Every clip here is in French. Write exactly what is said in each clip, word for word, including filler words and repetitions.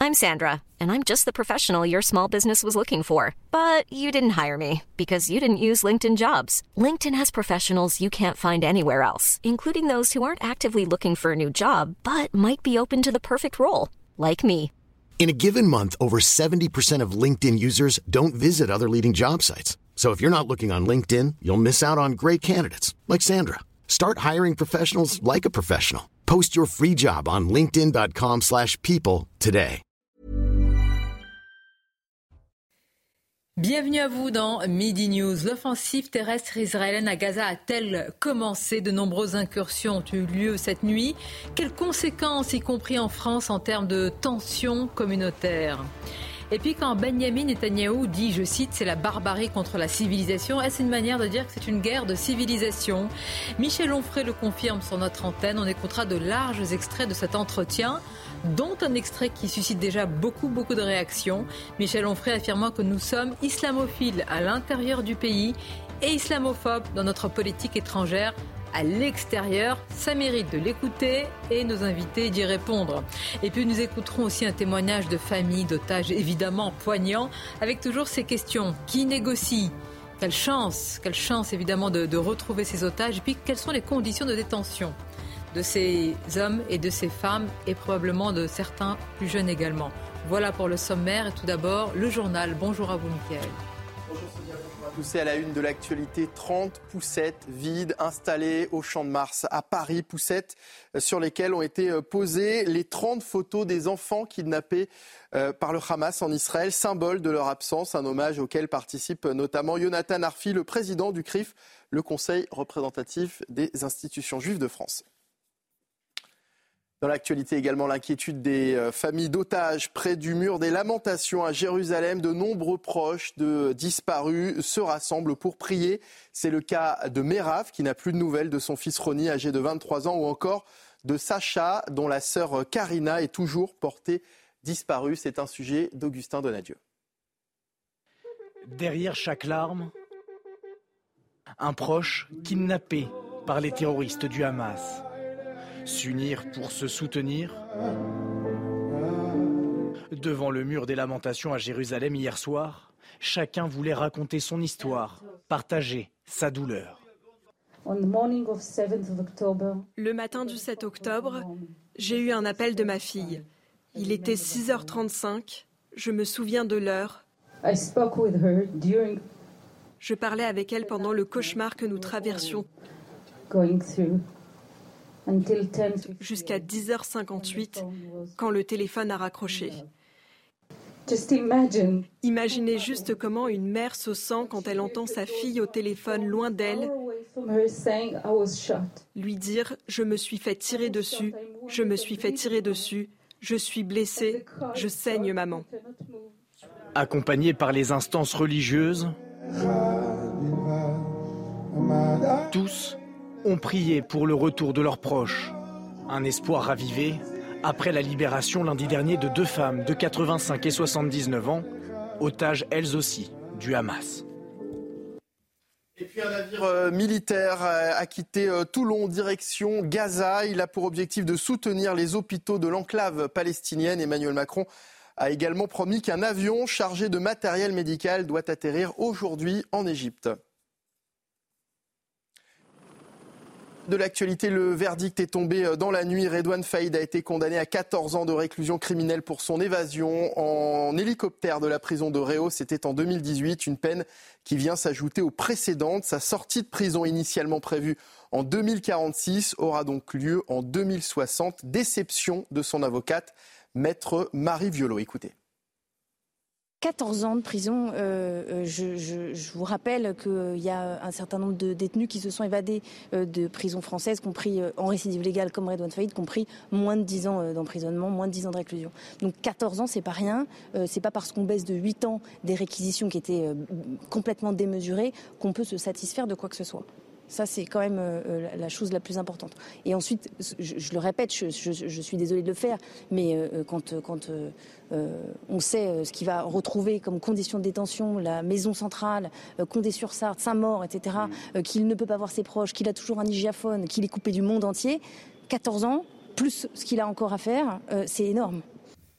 I'm Sandra, and I'm just the professional your small business was looking for. But you didn't hire me because you didn't use LinkedIn Jobs. LinkedIn has professionals you can't find anywhere else, including those who aren't actively looking for a new job, but might be open to the perfect role, like me. In a given month, over seventy percent of LinkedIn users don't visit other leading job sites. So if you're not looking on LinkedIn, you'll miss out on great candidates like Sandra. Start hiring professionals like a professional. Post your free job on linkedin dot com slash people today. Bienvenue à vous dans Midi News. L'offensive terrestre israélienne à Gaza a-t-elle commencé? De nombreuses incursions ont eu lieu cette nuit. Quelles conséquences, y compris en France, en termes de tensions communautaires? Et puis quand Benyamin Netanyahou dit, je cite, c'est la barbarie contre la civilisation, est-ce une manière de dire que c'est une guerre de civilisation? Michel Onfray le confirme sur notre antenne. On écoutera de larges extraits de cet entretien, dont un extrait qui suscite déjà beaucoup, beaucoup de réactions. Michel Onfray affirmant que nous sommes islamophiles à l'intérieur du pays et islamophobes dans notre politique étrangère à l'extérieur. Ça mérite de l'écouter et nos invités d'y répondre. Et puis nous écouterons aussi un témoignage de famille, d'otages évidemment poignant, avec toujours ces questions. Qui négocie? Quelle chance, quelle chance évidemment de, de retrouver ces otages. Et puis quelles sont les conditions de détention de ces hommes et de ces femmes et probablement de certains plus jeunes également. Voilà pour le sommaire et tout d'abord le journal. Bonjour à vous Mickaël. Bonjour Sonia, bonjour à tous. Et à la une de l'actualité, trente poussettes vides installées au Champ de Mars à Paris. Poussettes sur lesquelles ont été posées les trente photos des enfants kidnappés par le Hamas en Israël, symbole de leur absence, un hommage auquel participe notamment Yonatan Arfi, le président du C R I F, le Conseil représentatif des institutions juives de France. Dans l'actualité également, l'inquiétude des familles d'otages près du mur des lamentations à Jérusalem. De nombreux proches de disparus se rassemblent pour prier. C'est le cas de Merav, qui n'a plus de nouvelles de son fils Roni, âgé de vingt-trois ans, ou encore de Sacha, dont la sœur Karina est toujours portée disparue. C'est un sujet d'Augustin Donadieu. Derrière chaque larme, un proche kidnappé par les terroristes du Hamas. S'unir pour se soutenir. Devant le mur des lamentations à Jérusalem hier soir, chacun voulait raconter son histoire, partager sa douleur. Le matin du sept octobre, j'ai eu un appel de ma fille. Il était six heures trente-cinq, je me souviens de l'heure. Je parlais avec elle pendant le cauchemar que nous traversions. Jusqu'à dix heures cinquante-huit, quand le téléphone a raccroché. Imaginez juste comment une mère se sent quand elle entend sa fille au téléphone loin d'elle lui dire « Je me suis fait tirer dessus, je me suis fait tirer dessus, je suis blessée, je saigne maman. » Accompagnés par les instances religieuses, tous ont prié pour le retour de leurs proches. Un espoir ravivé après la libération lundi dernier de deux femmes de quatre-vingt-cinq et soixante-dix-neuf ans, otages elles aussi du Hamas. Et puis un navire euh, militaire euh, a quitté euh, Toulon, direction Gaza. Il a pour objectif de soutenir les hôpitaux de l'enclave palestinienne. Emmanuel Macron a également promis qu'un avion chargé de matériel médical doit atterrir aujourd'hui en Égypte. De l'actualité, le verdict est tombé dans la nuit. Redouane Faïd a été condamné à quatorze ans de réclusion criminelle pour son évasion en hélicoptère de la prison de Réau. C'était en deux mille dix-huit, une peine qui vient s'ajouter aux précédentes. Sa sortie de prison initialement prévue en deux mille quarante-six aura donc lieu en deux mille soixante. Déception de son avocate, maître Marie Violot. Écoutez. quatorze ans de prison. Euh, je, je, je vous rappelle qu'il y a un certain nombre de détenus qui se sont évadés euh, de prisons françaises, compris euh, en récidive légale comme Redouane Faïd, compris moins de dix ans euh, d'emprisonnement, moins de dix ans de réclusion. Donc quatorze ans, c'est pas rien. Euh, c'est pas parce qu'on baisse de huit ans des réquisitions qui étaient euh, complètement démesurées qu'on peut se satisfaire de quoi que ce soit. Ça, c'est quand même euh, la chose la plus importante. Et ensuite, je, je le répète, je, je, je suis désolée de le faire, mais euh, quand, quand euh, on sait ce qu'il va retrouver comme conditions de détention, la maison centrale, euh, Condé-sur-Sarthe, Saint-Maur, et cetera, euh, qu'il ne peut pas voir ses proches, qu'il a toujours un hygiaphone, qu'il est coupé du monde entier, quatorze ans, plus ce qu'il a encore à faire, euh, c'est énorme.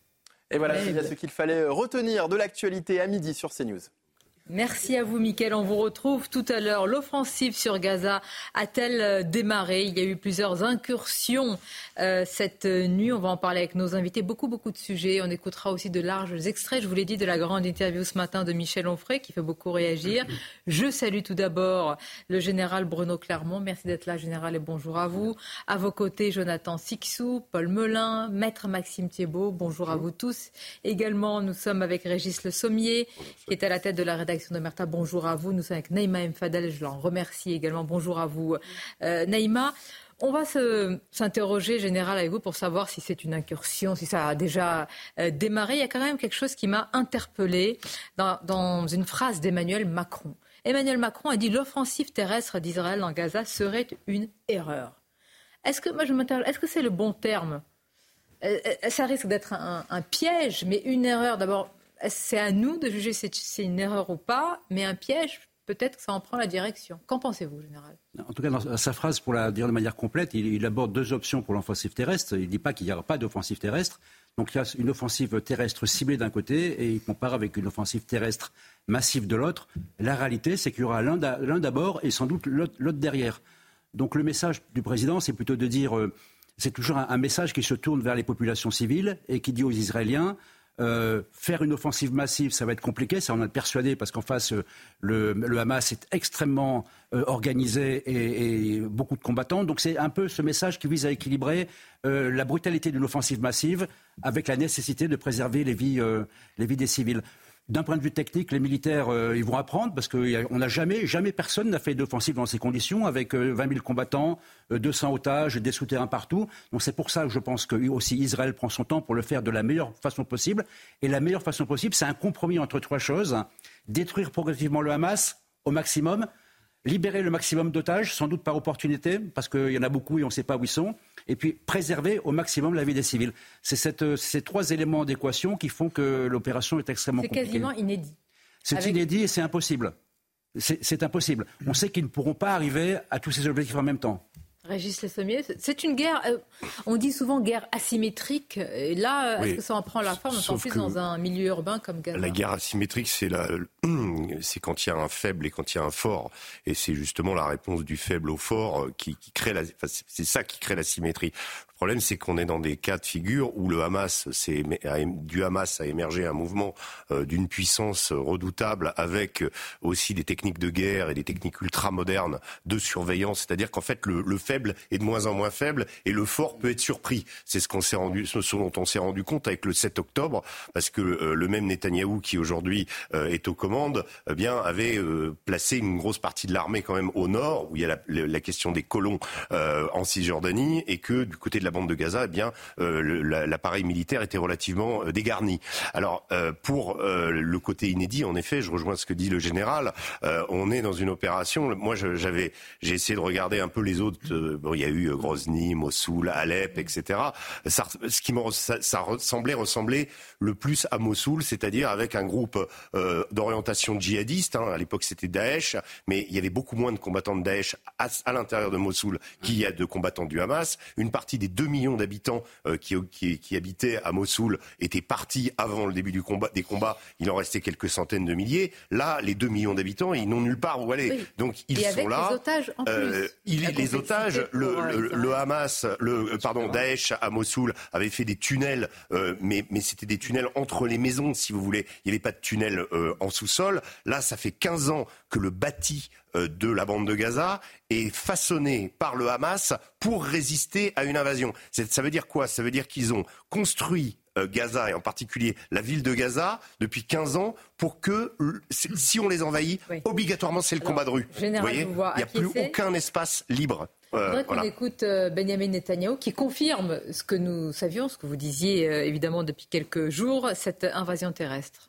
Et voilà, c'est bien ce qu'il fallait retenir de l'actualité à midi sur CNews. Merci à vous, Mickaël. On vous retrouve tout à l'heure. L'offensive sur Gaza a-t-elle démarré ? Il y a eu plusieurs incursions euh, cette nuit. On va en parler avec nos invités. Beaucoup, beaucoup de sujets. On écoutera aussi de larges extraits. Je vous l'ai dit, de la grande interview ce matin de Michel Onfray qui fait beaucoup réagir. Je salue tout d'abord le général Bruno Clermont. Merci d'être là, général, et bonjour à vous. À vos côtés, Jonathan Sixou, Paul Melun, Maître Maxime Thiebaud. Bonjour à vous tous. Également, nous sommes avec Régis Le Sommier, qui est à la tête de la rédaction de Merta. Bonjour à vous. Nous sommes avec Naïma M. Fadel. Je l'en remercie également. Bonjour à vous, euh, Naïma. On va se, s'interroger, général, avec vous pour savoir si c'est une incursion, si ça a déjà euh, démarré. Il y a quand même quelque chose qui m'a interpellée dans, dans une phrase d'Emmanuel Macron. Emmanuel Macron a dit « L'offensive terrestre d'Israël dans Gaza serait une erreur ». Est-ce que, moi je m'interroge, est-ce que c'est le bon terme ? euh, Ça risque d'être un, un piège, mais une erreur d'abord. C'est à nous de juger si c'est une erreur ou pas, mais un piège, peut-être que ça en prend la direction. Qu'en pensez-vous, général ? En tout cas, dans sa phrase, pour la dire de manière complète, il, il aborde deux options pour l'offensive terrestre. Il ne dit pas qu'il n'y aura pas d'offensive terrestre. Donc il y a une offensive terrestre ciblée d'un côté et il compare avec une offensive terrestre massive de l'autre. La réalité, c'est qu'il y aura l'un, l'un d'abord et sans doute l'autre, l'autre derrière. Donc le message du président, c'est plutôt de dire... Euh, c'est toujours un, un message qui se tourne vers les populations civiles et qui dit aux Israéliens... Euh, faire une offensive massive, ça va être compliqué, ça on en est persuadé parce qu'en face, euh, le, le Hamas est extrêmement euh, organisé et, et beaucoup de combattants. Donc c'est un peu ce message qui vise à équilibrer euh, la brutalité d'une offensive massive avec la nécessité de préserver les vies, euh, les vies des civils. D'un point de vue technique, les militaires, euh, ils vont apprendre parce qu'on n'a jamais, jamais personne n'a fait d'offensive dans ces conditions avec euh, vingt mille combattants, euh, deux cents otages, des souterrains partout. Donc c'est pour ça que je pense que aussi Israël prend son temps pour le faire de la meilleure façon possible. Et la meilleure façon possible, c'est un compromis entre trois choses. Détruire progressivement le Hamas au maximum, libérer le maximum d'otages, sans doute par opportunité, parce qu'il y en a beaucoup et on ne sait pas où ils sont. Et puis préserver au maximum la vie des civils. C'est cette, ces trois éléments d'équation qui font que l'opération est extrêmement c'est compliquée. C'est quasiment inédit. C'est Avec... inédit et c'est impossible. C'est, c'est impossible. On sait qu'ils ne pourront pas arriver à tous ces objectifs en même temps. Régis Le Sommier, c'est une guerre, euh, on dit souvent guerre asymétrique, et là, oui. Est-ce que ça en prend la forme, en plus dans un milieu urbain comme Gaza ? La guerre asymétrique, c'est, la, c'est quand il y a un faible et quand il y a un fort, et c'est justement la réponse du faible au fort qui, qui crée la, enfin, c'est ça qui crée la symétrie. Le problème, c'est qu'on est dans des cas de figure où le Hamas, c'est, du Hamas a émergé un mouvement euh, d'une puissance redoutable avec aussi des techniques de guerre et des techniques ultra-modernes de surveillance. C'est-à-dire qu'en fait, le, le faible est de moins en moins faible et le fort peut être surpris. C'est ce qu'on s'est rendu, ce dont on s'est rendu compte avec le sept octobre, parce que euh, le même Netanyahou qui aujourd'hui euh, est aux commandes, eh bien, avait euh, placé une grosse partie de l'armée quand même au nord, où il y a la, la, la question des colons euh, en Cisjordanie, et que du côté de la bande de Gaza, eh bien, euh, le, la, l'appareil militaire était relativement euh, dégarni. Alors, euh, pour euh, le côté inédit, en effet, je rejoins ce que dit le général, euh, on est dans une opération, moi je, j'avais, j'ai essayé de regarder un peu les autres, euh, bon, il y a eu Grozny, Mossoul, Alep, et cetera. Ça, ce qui me, ça, ça ressemblait, ressemblait le plus à Mossoul, c'est-à-dire avec un groupe euh, d'orientation djihadiste, hein, à l'époque c'était Daesh, mais il y avait beaucoup moins de combattants de Daesh à, à l'intérieur de Mossoul qu'il y a de combattants du Hamas. Une partie des deux millions d'habitants euh, qui, qui, qui habitaient à Mossoul étaient partis avant le début du combat, des combats. Il en restait quelques centaines de milliers. Là, les deux millions d'habitants, ils n'ont nulle part où aller. Oui. Donc ils Et sont avec là. Les otages en plus. Euh, il, les otages, le, le, le Hamas, le euh, pardon, Daesh à Mossoul avait fait des tunnels, euh, mais, mais c'était des tunnels entre les maisons, si vous voulez. Il n'y avait pas de tunnels euh, en sous-sol. Là, ça fait quinze ans que le bâti de la bande de Gaza est façonné par le Hamas pour résister à une invasion. C'est, ça veut dire quoi ? Ça veut dire qu'ils ont construit euh, Gaza, et en particulier la ville de Gaza, depuis quinze ans, pour que, si on les envahit, oui. obligatoirement c'est le Alors, combat de rue. Général, vous voyez ? Il n'y a plus aucun espace libre. Je voudrais euh, qu'on voilà. écoute euh, Benyamin Netanyahou qui confirme ce que nous savions, ce que vous disiez euh, évidemment depuis quelques jours, cette invasion terrestre.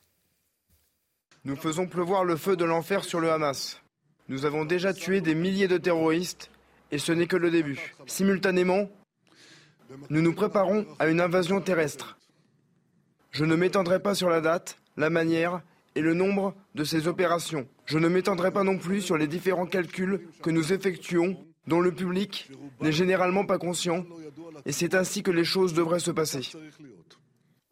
Nous faisons pleuvoir le feu de l'enfer sur le Hamas. Nous avons déjà tué des milliers de terroristes et ce n'est que le début. Simultanément, nous nous préparons à une invasion terrestre. Je ne m'étendrai pas sur la date, la manière et le nombre de ces opérations. Je ne m'étendrai pas non plus sur les différents calculs que nous effectuons, dont le public n'est généralement pas conscient, et c'est ainsi que les choses devraient se passer.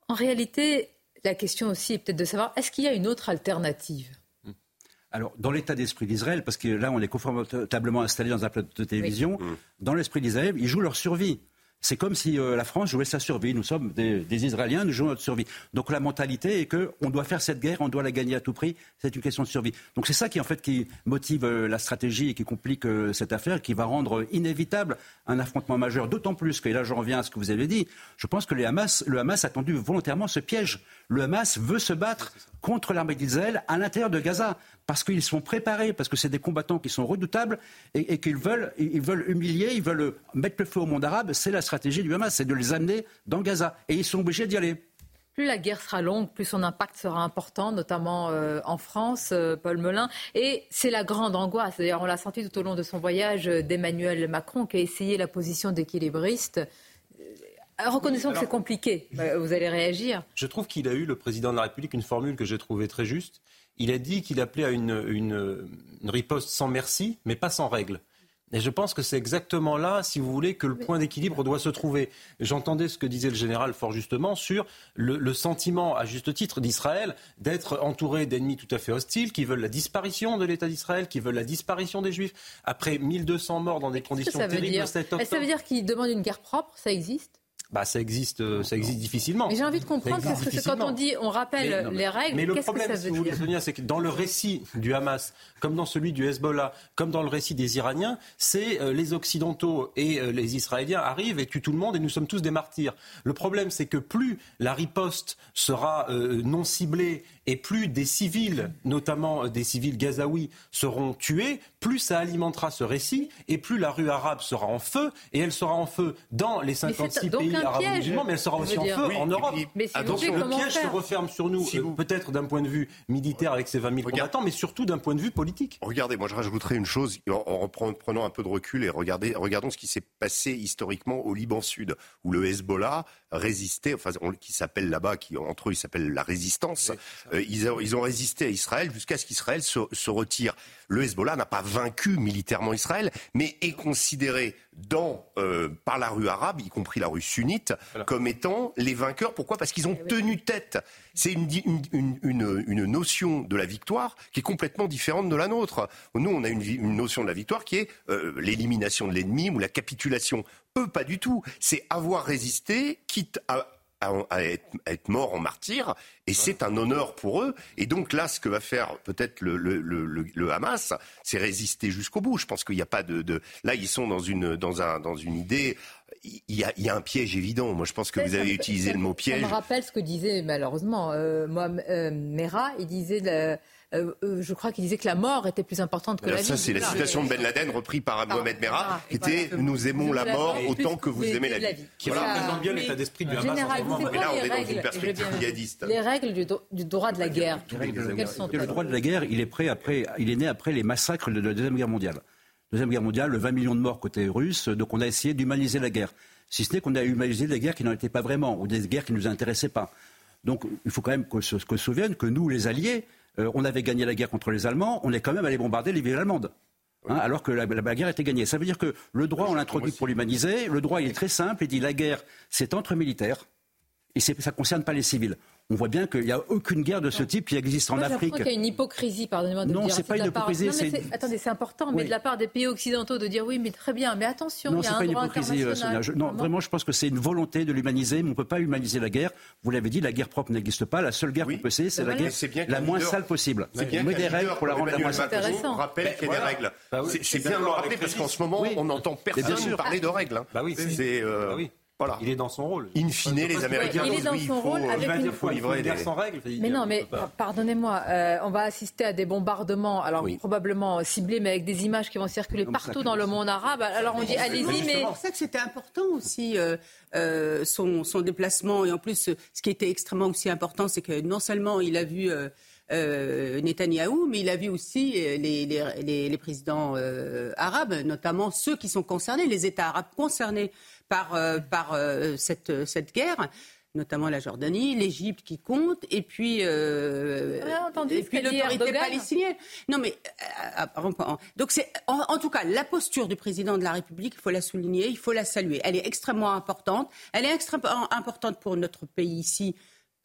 En réalité, la question aussi est peut-être de savoir, est-ce qu'il y a une autre alternative ? Alors, dans l'état d'esprit d'Israël, parce que là, on est confortablement installé dans un plateau de télévision, oui. Dans l'esprit d'Israël, ils jouent leur survie. C'est comme si euh, la France jouait sa survie. Nous sommes des, des Israéliens, nous jouons notre survie. Donc la mentalité est qu'on doit faire cette guerre, on doit la gagner à tout prix. C'est une question de survie. Donc c'est ça qui en fait qui motive euh, la stratégie et qui complique euh, cette affaire, qui va rendre euh, inévitable un affrontement majeur. D'autant plus que, et là j'en reviens à ce que vous avez dit, je pense que les Hamas, le Hamas a tendu volontairement ce piège. Le Hamas veut se battre contre l'armée d'Israël à l'intérieur de Gaza. Parce qu'ils sont préparés, parce que c'est des combattants qui sont redoutables et, et qu'ils veulent, ils veulent humilier, ils veulent mettre le feu au monde arabe. C'est la stratégie du Hamas, c'est de les amener dans Gaza. Et ils sont obligés d'y aller. Plus la guerre sera longue, plus son impact sera important, notamment euh, en France, euh, Paul Melun. Et c'est la grande angoisse. D'ailleurs, on l'a senti tout au long de son voyage d'Emmanuel Macron, qui a essayé la position d'équilibriste. Reconnaissons que c'est compliqué. Vous allez réagir. Je trouve qu'il a eu, le président de la République, une formule que j'ai trouvée très juste. Il a dit qu'il appelait à une, une, une riposte sans merci, mais pas sans règles. Et je pense que c'est exactement là, si vous voulez, que le point d'équilibre doit se trouver. J'entendais ce que disait le général fort justement sur le, le sentiment, à juste titre, d'Israël d'être entouré d'ennemis tout à fait hostiles, qui veulent la disparition de l'État d'Israël, qui veulent la disparition des Juifs. Après mille deux cents morts dans des conditions terribles le sept octobre. Est-ce que ça veut dire qu'il demande une guerre propre ? Ça existe ? Bah, ça existe, ça existe difficilement. Mais j'ai envie de comprendre, parce que c'est quand on dit, on rappelle mais, non, mais, les règles, mais le qu'est-ce problème, que ça veut si vous dire voulez, Sonia, c'est que dans le récit du Hamas, comme dans celui du Hezbollah, comme dans le récit des Iraniens, c'est euh, les Occidentaux et euh, les Israéliens arrivent et tuent tout le monde et nous sommes tous des martyrs. Le problème, c'est que plus la riposte sera euh, non ciblée et plus des civils, notamment des civils gazaouis, seront tués, plus ça alimentera ce récit et plus la rue arabe sera en feu, et elle sera en feu dans les cinquante-six pays arabes musulmans, mais elle sera aussi en feu oui, en Europe. Mais si donc le piège faire. se referme sur nous, si euh, peut-être d'un point de vue militaire avec ses vingt mille combattants, mais surtout d'un point de vue politique. Regardez, moi je rajouterais une chose, en reprenant un peu de recul et regardez, regardons ce qui s'est passé historiquement au Liban Sud, où le Hezbollah résistait, enfin on, qui s'appelle là-bas, qui entre eux il s'appelle la résistance, oui, euh, ils, ont, ils ont résisté à Israël jusqu'à ce qu'Israël se, se retire. Le Hezbollah n'a pas vaincu militairement Israël, mais est considéré dans, euh, par la rue arabe, y compris la rue sunnite, voilà, comme étant les vainqueurs. Pourquoi ? Parce qu'ils ont tenu tête. C'est une, une, une, une notion de la victoire qui est complètement différente de la nôtre. Nous, on a une, une notion de la victoire qui est euh, l'élimination de l'ennemi ou la capitulation. Eux, pas du tout. C'est avoir résisté, quitte à... À, à, être, à être mort en martyr, et c'est un honneur pour eux. Et donc là, ce que va faire peut-être le, le, le, le Hamas, c'est résister jusqu'au bout. Je pense qu'il n'y a pas de, de... Là, ils sont dans une, dans un, dans une idée... Il y, a, il y a un piège évident. Moi, je pense que ça, vous avez ça, utilisé ça, le mot piège. Ça me rappelle ce que disait malheureusement euh, Mohamed euh, Merah. Il disait... Le... Euh, euh, je crois qu'il disait que la mort était plus importante que alors la vie. Ça, c'est la citation de Ben Laden reprise par ah, Mohamed Merah, ah, qui était voilà, « Nous aimons la mort autant que vous aimez la vie ». La vie. Qui voilà. représente bien l'état d'esprit du Hamas. Général, en ce moment. Mais là, on est règles, dans une perspective djihadiste. Les règles du, do- du droit de la guerre. Quelles sont le droit de la guerre, il est, prêt après, il est né après les massacres de la Deuxième Guerre mondiale. Deuxième Guerre mondiale, le vingt millions de morts côté russe, donc on a essayé d'humaniser la guerre. Si ce n'est qu'on a humanisé des guerres qui n'en étaient pas vraiment, ou des guerres qui ne nous intéressaient pas. Donc il faut quand même qu'on se, qu'on se souvienne que nous, les Alliés, Euh, on avait gagné la guerre contre les Allemands, on est quand même allé bombarder les villes allemandes, hein, alors que la, la, la guerre était gagnée. Ça veut dire que le droit, on l'introduit pour l'humaniser. Le droit, il est très simple. Il dit la guerre, c'est entre militaires et c'est, ça ne concerne pas les civils. On voit bien qu'il n'y a aucune guerre de ce type qui existe en Moi, Afrique. Je crois qu'il y a une hypocrisie, pardonnez-moi de non, dire. Non, c'est pas une hypocrisie. Part... Non, mais c'est... Attendez, c'est important, mais oui. de la part des pays occidentaux de dire oui, mais très bien, mais attention, non, il y a un droit international. Sonia. Je... Non, vraiment, je pense que c'est une volonté de l'humaniser, mais on ne peut pas humaniser la guerre. Vous l'avez dit, la guerre propre n'existe pas. La seule guerre oui. qu'on peut essayer, c'est ben la voilà. guerre c'est bien la moins leader... sale possible. C'est bien on met des règles pour la rendre la moins sale. On rappelle qu'il y a des règles. C'est bien de le rappeler parce qu'en ce moment, on n'entend personne parler de règles. Bah oui, c'est... Voilà. Il est dans son rôle. In fine, les Américains. Il est dans son rôle avec une faut livrer des sans règles. Mais non, mais pardonnez-moi, euh, on va assister à des bombardements, alors oui. probablement ciblés, mais avec des images qui vont circuler non, partout dans le monde arabe. Alors on dit allez-y, mais c'est pour ça que c'était important aussi euh, euh, son, son déplacement, et en plus, ce qui était extrêmement aussi important, c'est que non seulement il a vu euh, Euh, Netanyahou, mais il a vu aussi les, les, les, les présidents euh, arabes, notamment ceux qui sont concernés, les États arabes concernés par, euh, par euh, cette, cette guerre, notamment la Jordanie, l'Égypte qui compte, et puis, euh, entendu, et puis l'autorité palestinienne. Non, mais euh, donc c'est en, en tout cas la posture du président de la République. Il faut la souligner, il faut la saluer. Elle est extrêmement importante. Elle est extrêmement importante pour notre pays ici.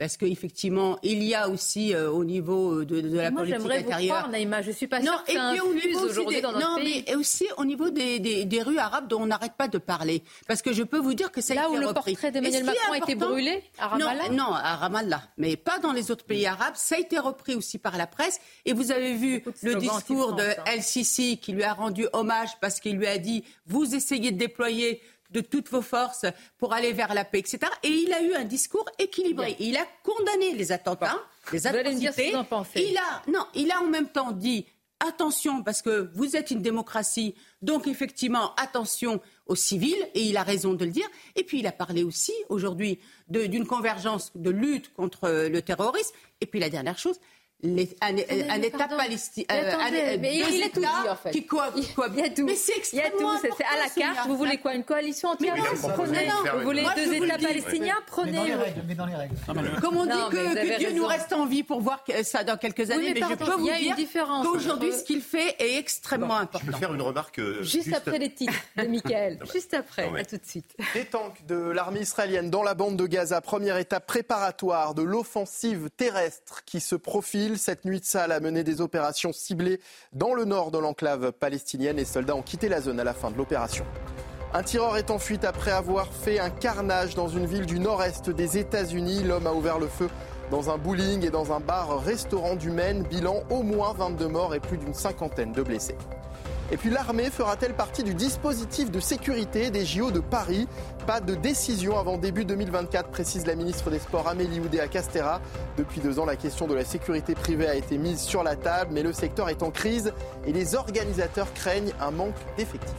Parce qu'effectivement, il y a aussi euh, au niveau de, de la Moi, politique j'aimerais intérieure... vous croire, Naïma, je ne suis pas non, sûre que ça infuse aujourd'hui des, dans notre non, pays. mais aussi au niveau des, des, des rues arabes dont on n'arrête pas de parler. Parce que je peux vous dire que ça a Là été où le repris. portrait d'Emmanuel Macron a été brûlé, à Ramallah non, non, à Ramallah, mais pas dans les autres pays arabes. Ça a été repris aussi par la presse. Et vous avez vu le discours de El-Sisi qui lui a rendu hommage parce qu'il lui a dit « Vous essayez de déployer... » de toutes vos forces pour aller vers la paix, et cetera. Et il a eu un discours équilibré. Il a condamné les attentats, bon. les atrocités. Vous allez me dire ce que vous en pensez. Il a, non, il a en même temps dit attention parce que vous êtes une démocratie, donc effectivement attention aux civils, et il a raison de le dire. Et puis il a parlé aussi aujourd'hui de, d'une convergence de lutte contre le terrorisme. Et puis la dernière chose. Les, un, un, un État palestinien, euh, mais il, il est tout dit en fait. Qui co- qui co- il y a tout. Mais c'est extrêmement c'est, c'est à la carte. Sonia. Vous voulez quoi, une coalition entière? Prenez. Vous voulez Moi, deux États dis, palestiniens? Prenez. Mais dans les règles. Mais dans les règles. Comme on dit non, que, que Dieu nous reste en vie pour voir ça dans quelques années, oui, mais, mais pardon, je peux vous dire qu'aujourd'hui, entre... ce qu'il fait est extrêmement bon, important. Je peux faire une remarque euh, juste, juste après les titres de Mickaël. Juste après. Non, mais... À tout de suite. Des tanks de l'armée israélienne dans la bande de Gaza, première étape préparatoire de l'offensive terrestre qui se profile. Cette nuit, Tsahal a mené des opérations ciblées dans le nord de l'enclave palestinienne. Les soldats ont quitté la zone à la fin de l'opération. Un tireur est en fuite après avoir fait un carnage dans une ville du nord-est des États-Unis. L'homme a ouvert le feu dans un bowling et dans un bar-restaurant du Maine. Bilan, au moins vingt-deux morts et plus d'une cinquantaine de blessés. Et puis l'armée fera-t-elle partie du dispositif de sécurité des J O de Paris? Pas de décision avant début deux mille vingt-quatre, précise la ministre des Sports Amélie Oudéa-Castéra. Depuis deux ans, la question de la sécurité privée a été mise sur la table, mais le secteur est en crise et les organisateurs craignent un manque d'effectifs.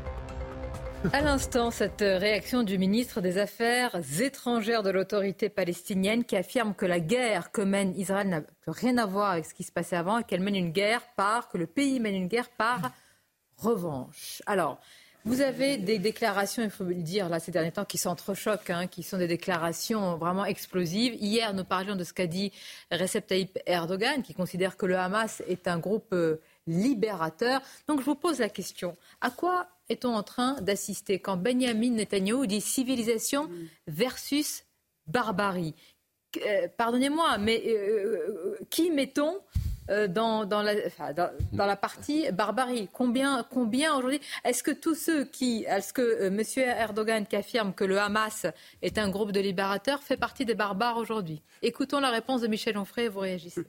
À l'instant, cette réaction du ministre des Affaires étrangères de l'autorité palestinienne qui affirme que la guerre que mène Israël n'a rien à voir avec ce qui se passait avant et qu'elle mène une guerre par, que le pays mène une guerre par revanche. Alors, vous avez des déclarations, il faut le dire, là, ces derniers temps, qui s'entrechoquent, hein, qui sont des déclarations vraiment explosives. Hier, nous parlions de ce qu'a dit Recep Tayyip Erdogan, qui considère que le Hamas est un groupe euh, libérateur. Donc, je vous pose la question. À quoi est-on en train d'assister quand Benyamin Netanyahou dit civilisation versus barbarie? euh, Pardonnez-moi, mais euh, qui mettons Euh, dans, dans, la, enfin, dans, dans la partie barbarie? Combien, combien aujourd'hui? Est-ce que tous ceux qui... Est-ce que euh, M. Erdogan qui affirme que le Hamas est un groupe de libérateurs fait partie des barbares aujourd'hui? Écoutons la réponse de Michel Onfray et vous réagissez.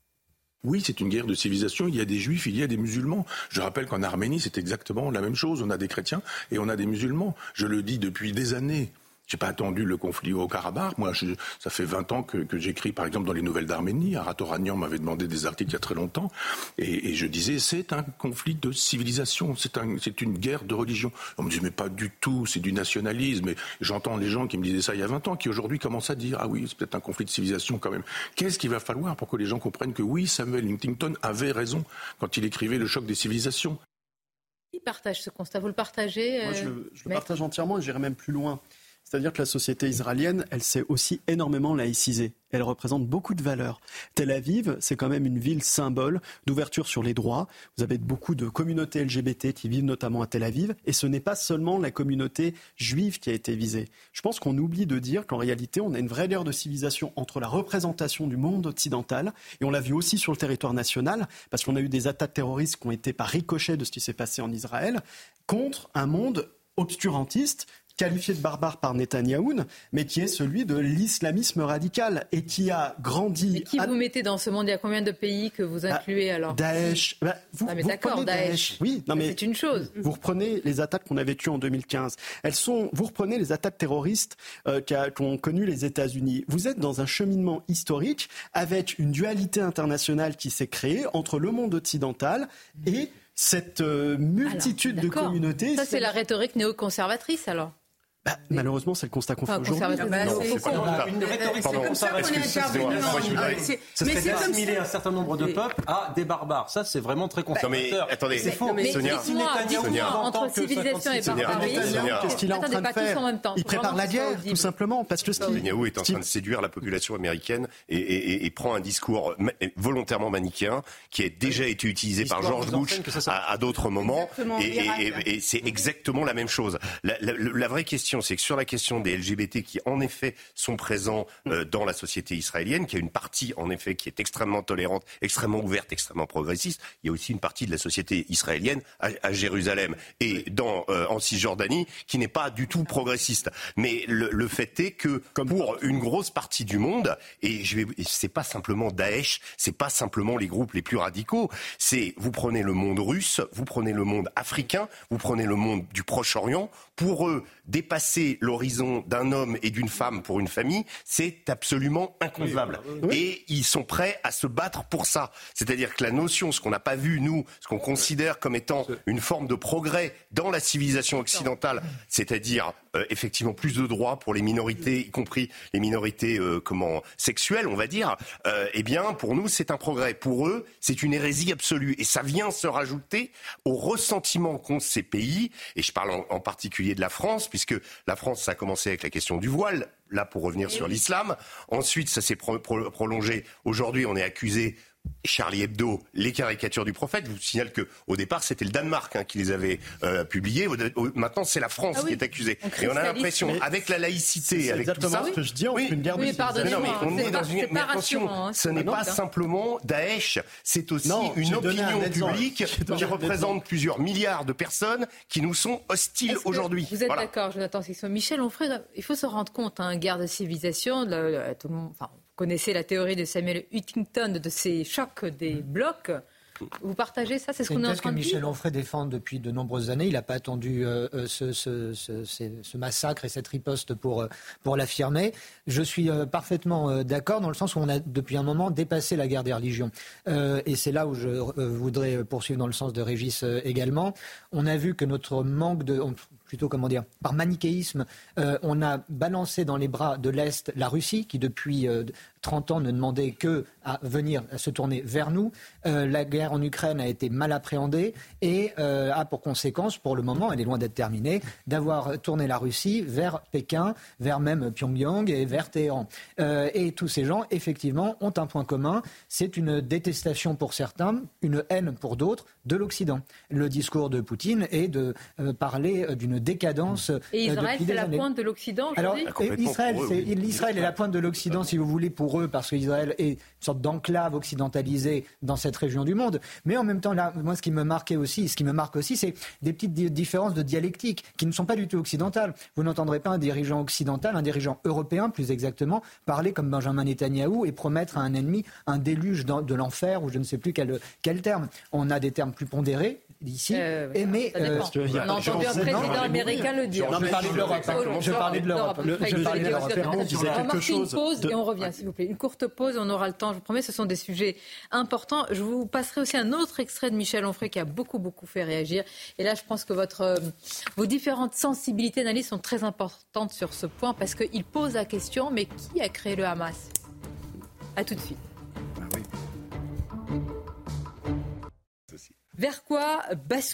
Oui, c'est une guerre de civilisation. Il y a des juifs, il y a des musulmans. Je rappelle qu'en Arménie, c'est exactement la même chose. On a des chrétiens et on a des musulmans. Je le dis depuis des années. J'ai pas attendu le conflit au Karabakh. Moi, je, ça fait vingt ans que, que j'écris, par exemple, dans les Nouvelles d'Arménie. Aratoranian m'avait demandé des articles il y a très longtemps. Et, et je disais, c'est un conflit de civilisation. C'est, un, c'est une guerre de religion. On me disait, mais pas du tout, c'est du nationalisme. Et j'entends les gens qui me disaient ça il y a vingt ans, qui aujourd'hui commencent à dire, ah oui, c'est peut-être un conflit de civilisation quand même. Qu'est-ce qu'il va falloir pour que les gens comprennent que oui, Samuel Huntington avait raison quand il écrivait Le choc des civilisations? Qui partage ce constat? Vous le partagez? euh, Moi, je, je le partage entièrement et j'irai même plus loin. C'est-à-dire que la société israélienne, elle s'est aussi énormément laïcisée. Elle représente beaucoup de valeurs. Tel Aviv, c'est quand même une ville symbole d'ouverture sur les droits. Vous avez beaucoup de communautés L G B T qui vivent notamment à Tel Aviv. Et ce n'est pas seulement la communauté juive qui a été visée. Je pense qu'on oublie de dire qu'en réalité, on a une vraie guerre de civilisation entre la représentation du monde occidental, et on l'a vu aussi sur le territoire national, parce qu'on a eu des attaques terroristes qui ont été par ricochet de ce qui s'est passé en Israël, contre un monde obscurantiste, qualifié de barbare par Netanyahou, mais qui est celui de l'islamisme radical et qui a grandi... Mais qui à... vous mettez dans ce monde? Il y a combien de pays que vous incluez alors? Daesh. Bah, vous, ah mais vous d'accord, Daesh. Daesh. Oui, non mais c'est une chose. Vous reprenez les attaques qu'on a vécues en deux mille quinze. Elles sont. Vous reprenez les attaques terroristes euh, qu'ont connues les États-Unis. Vous êtes dans un cheminement historique avec une dualité internationale qui s'est créée entre le monde occidental et cette euh, multitude alors, de communautés. Ça, c'est la rhétorique néoconservatrice alors. Bah, malheureusement, c'est le constat qu'on fait enfin, aujourd'hui. Ah bah, non, c'est pas pas une rhétorique conservatrice. C'est serait d'assimiler un certain nombre de peuples à des barbares. Ça, c'est vraiment très conservateur. Mais, attendez, c'est faux. Mais, Sonia, Sonia, entre civilisation et barbarie, qu'est-ce qu'il est en train de faire? Il prépare la guerre, tout simplement, parce que Netanyahou est en train de séduire la population américaine et, et, et, et prend un discours ma- volontairement manichéen qui a déjà été utilisé par George Bush à, à d'autres moments. Et, et, et, et c'est exactement la même chose. La, la, la vraie question, question, c'est que sur la question des L G B T qui, en effet, sont présents euh, dans la société israélienne, qu'il y a une partie, en effet, qui est extrêmement tolérante, extrêmement ouverte, extrêmement progressiste, il y a aussi une partie de la société israélienne à, à Jérusalem et dans, euh, en Cisjordanie qui n'est pas du tout progressiste. Mais le, le fait est que pour une grosse partie du monde, et je vais, c'est pas simplement Daesh, c'est pas simplement les groupes les plus radicaux, c'est vous prenez le monde russe, vous prenez le monde africain, vous prenez le monde du Proche-Orient, pour eux, dépasser l'horizon d'un homme et d'une femme pour une famille, c'est absolument inconcevable. Oui. Et ils sont prêts à se battre pour ça. C'est-à-dire que la notion, ce qu'on n'a pas vu, nous, ce qu'on considère comme étant une forme de progrès dans la civilisation occidentale, c'est-à-dire euh, effectivement plus de droits pour les minorités, y compris les minorités euh, comment, sexuelles, on va dire, euh, eh bien, pour nous, c'est un progrès. Pour eux, c'est une hérésie absolue. Et ça vient se rajouter au ressentiment qu'ont ces pays, et je parle en, en particulier de la France, puisque la France, ça a commencé avec la question du voile, là pour revenir sur l'islam. Ensuite, ça s'est pro- pro- prolongé. Aujourd'hui, on est accusé, Charlie Hebdo, les caricatures du prophète. Je vous signale qu'au départ, c'était le Danemark hein, qui les avait euh, publiées. Maintenant, c'est la France ah oui. qui est accusée. On Et on a l'impression, mais... avec la laïcité, c'est avec tout ça... ce que je dis, on oui. fait une guerre oui, de civilisation. Non, mais on est dans une... Mais attention, hein, ce n'est pas hein. simplement Daesh, c'est aussi non, une opinion publique qui représente plusieurs milliards de personnes qui nous sont hostiles Est-ce aujourd'hui. Vous êtes voilà. d'accord, Jonathan Sixon. Michel Onfray, il faut se rendre compte, hein, guerre de civilisation, le, le, tout le monde... Enfin, vous connaissez la théorie de Samuel Huntington de ces chocs des blocs. Vous partagez ça, c'est ce qu'on est en train de dire. C'est que Michel Onfray défend depuis de nombreuses années. Il n'a pas attendu euh, ce, ce, ce, ce massacre et cette riposte pour, pour l'affirmer. Je suis euh, parfaitement euh, d'accord dans le sens où on a depuis un moment dépassé la guerre des religions. Euh, et c'est là où je euh, voudrais poursuivre dans le sens de Régis euh, également. On a vu que notre manque de... On, plutôt, comment dire, par manichéisme, euh, on a balancé dans les bras de l'Est la Russie, qui depuis euh, trente ans ne demandait que à venir, à se tourner vers nous. Euh, la guerre en Ukraine a été mal appréhendée et euh, a pour conséquence, pour le moment, elle est loin d'être terminée, d'avoir tourné la Russie vers Pékin, vers même Pyongyang et vers Téhéran. Euh, et tous ces gens, effectivement, ont un point commun, c'est une détestation pour certains, une haine pour d'autres de l'Occident. Le discours de Poutine est de euh, parler d'une décadence. Et Israël, c'est la années. pointe de l'Occident aujourd'hui. Alors, Israël, c'est, l'Israël est la pointe de l'Occident, si vous voulez, pour eux, parce qu'Israël est une sorte d'enclave occidentalisée dans cette région du monde. Mais en même temps, là, moi, ce qui me marquait aussi, ce qui me marque aussi, c'est des petites différences de dialectique qui ne sont pas du tout occidentales. Vous n'entendrez pas un dirigeant occidental, un dirigeant européen, plus exactement, parler comme Benjamin Netanyahou et promettre à un ennemi un déluge de l'enfer ou je ne sais plus quel, quel terme. On a des termes plus pondérés ici. Euh, et mais, euh, on a entendu un président américain le dire. Non, je parlais de l'Europe. Je parlais de l'Europe. Je parlais de l'Europe. On va marquer une pause et on revient, s'il vous plaît. Une courte pause, on aura le temps. Je vous promets, ce sont des sujets importants. Je vous passerai aussi un autre extrait de Michel Onfray qui a beaucoup, beaucoup fait réagir. Et là, je pense que votre, euh, vos différentes sensibilités d'analyse sont très importantes sur ce point parce qu'il pose la question, mais qui a créé le Hamas ? À tout de suite. Vers quoi bascule-t-on ?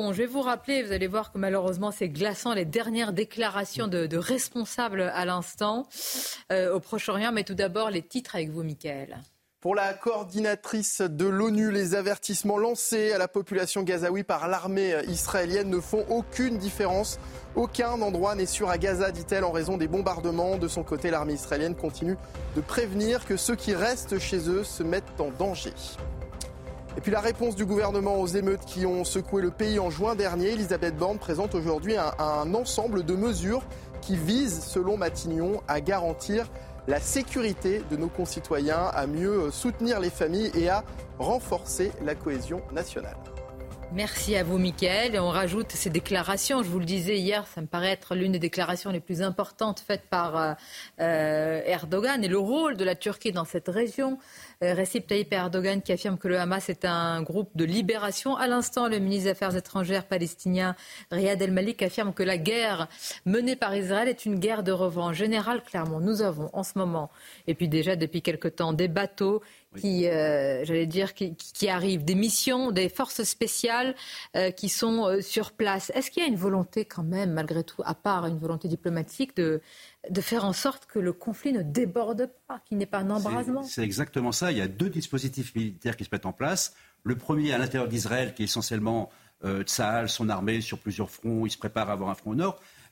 Je vais vous rappeler, vous allez voir que malheureusement c'est glaçant, les dernières déclarations de, de responsables à l'instant euh, au Proche-Orient. Mais tout d'abord, les titres avec vous, Mickaël. Pour la coordinatrice de l'ONU, les avertissements lancés à la population gazaoui par l'armée israélienne ne font aucune différence. Aucun endroit n'est sûr à Gaza, dit-elle, en raison des bombardements. De son côté, l'armée israélienne continue de prévenir que ceux qui restent chez eux se mettent en danger. Et puis la réponse du gouvernement aux émeutes qui ont secoué le pays en juin dernier. Elisabeth Borne présente aujourd'hui un, un ensemble de mesures qui visent, selon Matignon, à garantir la sécurité de nos concitoyens, à mieux soutenir les familles et à renforcer la cohésion nationale. Merci à vous, Mickaël. Et on rajoute ces déclarations. Je vous le disais hier, ça me paraît être l'une des déclarations les plus importantes faites par euh, Erdogan et le rôle de la Turquie dans cette région. Euh, Recep Tayyip Erdogan qui affirme que le Hamas est un groupe de libération. À l'instant, le ministre des Affaires étrangères palestinien Riyad El-Malik affirme que la guerre menée par Israël est une guerre de revanche. Général Clermont, nous avons en ce moment, et puis déjà depuis quelque temps, des bateaux qui, euh, j'allais dire, qui, qui arrivent, des missions, des forces spéciales euh, qui sont euh, sur place. Est-ce qu'il y a une volonté quand même, malgré tout, à part une volonté diplomatique, de, de faire en sorte que le conflit ne déborde pas, qu'il n'y ait pas un embrasement ? C'est, c'est exactement ça. Il y a deux dispositifs militaires qui se mettent en place. Le premier à l'intérieur d'Israël, qui est essentiellement euh, Tsahal, son armée, sur plusieurs fronts. Il se prépare à avoir un front au nord.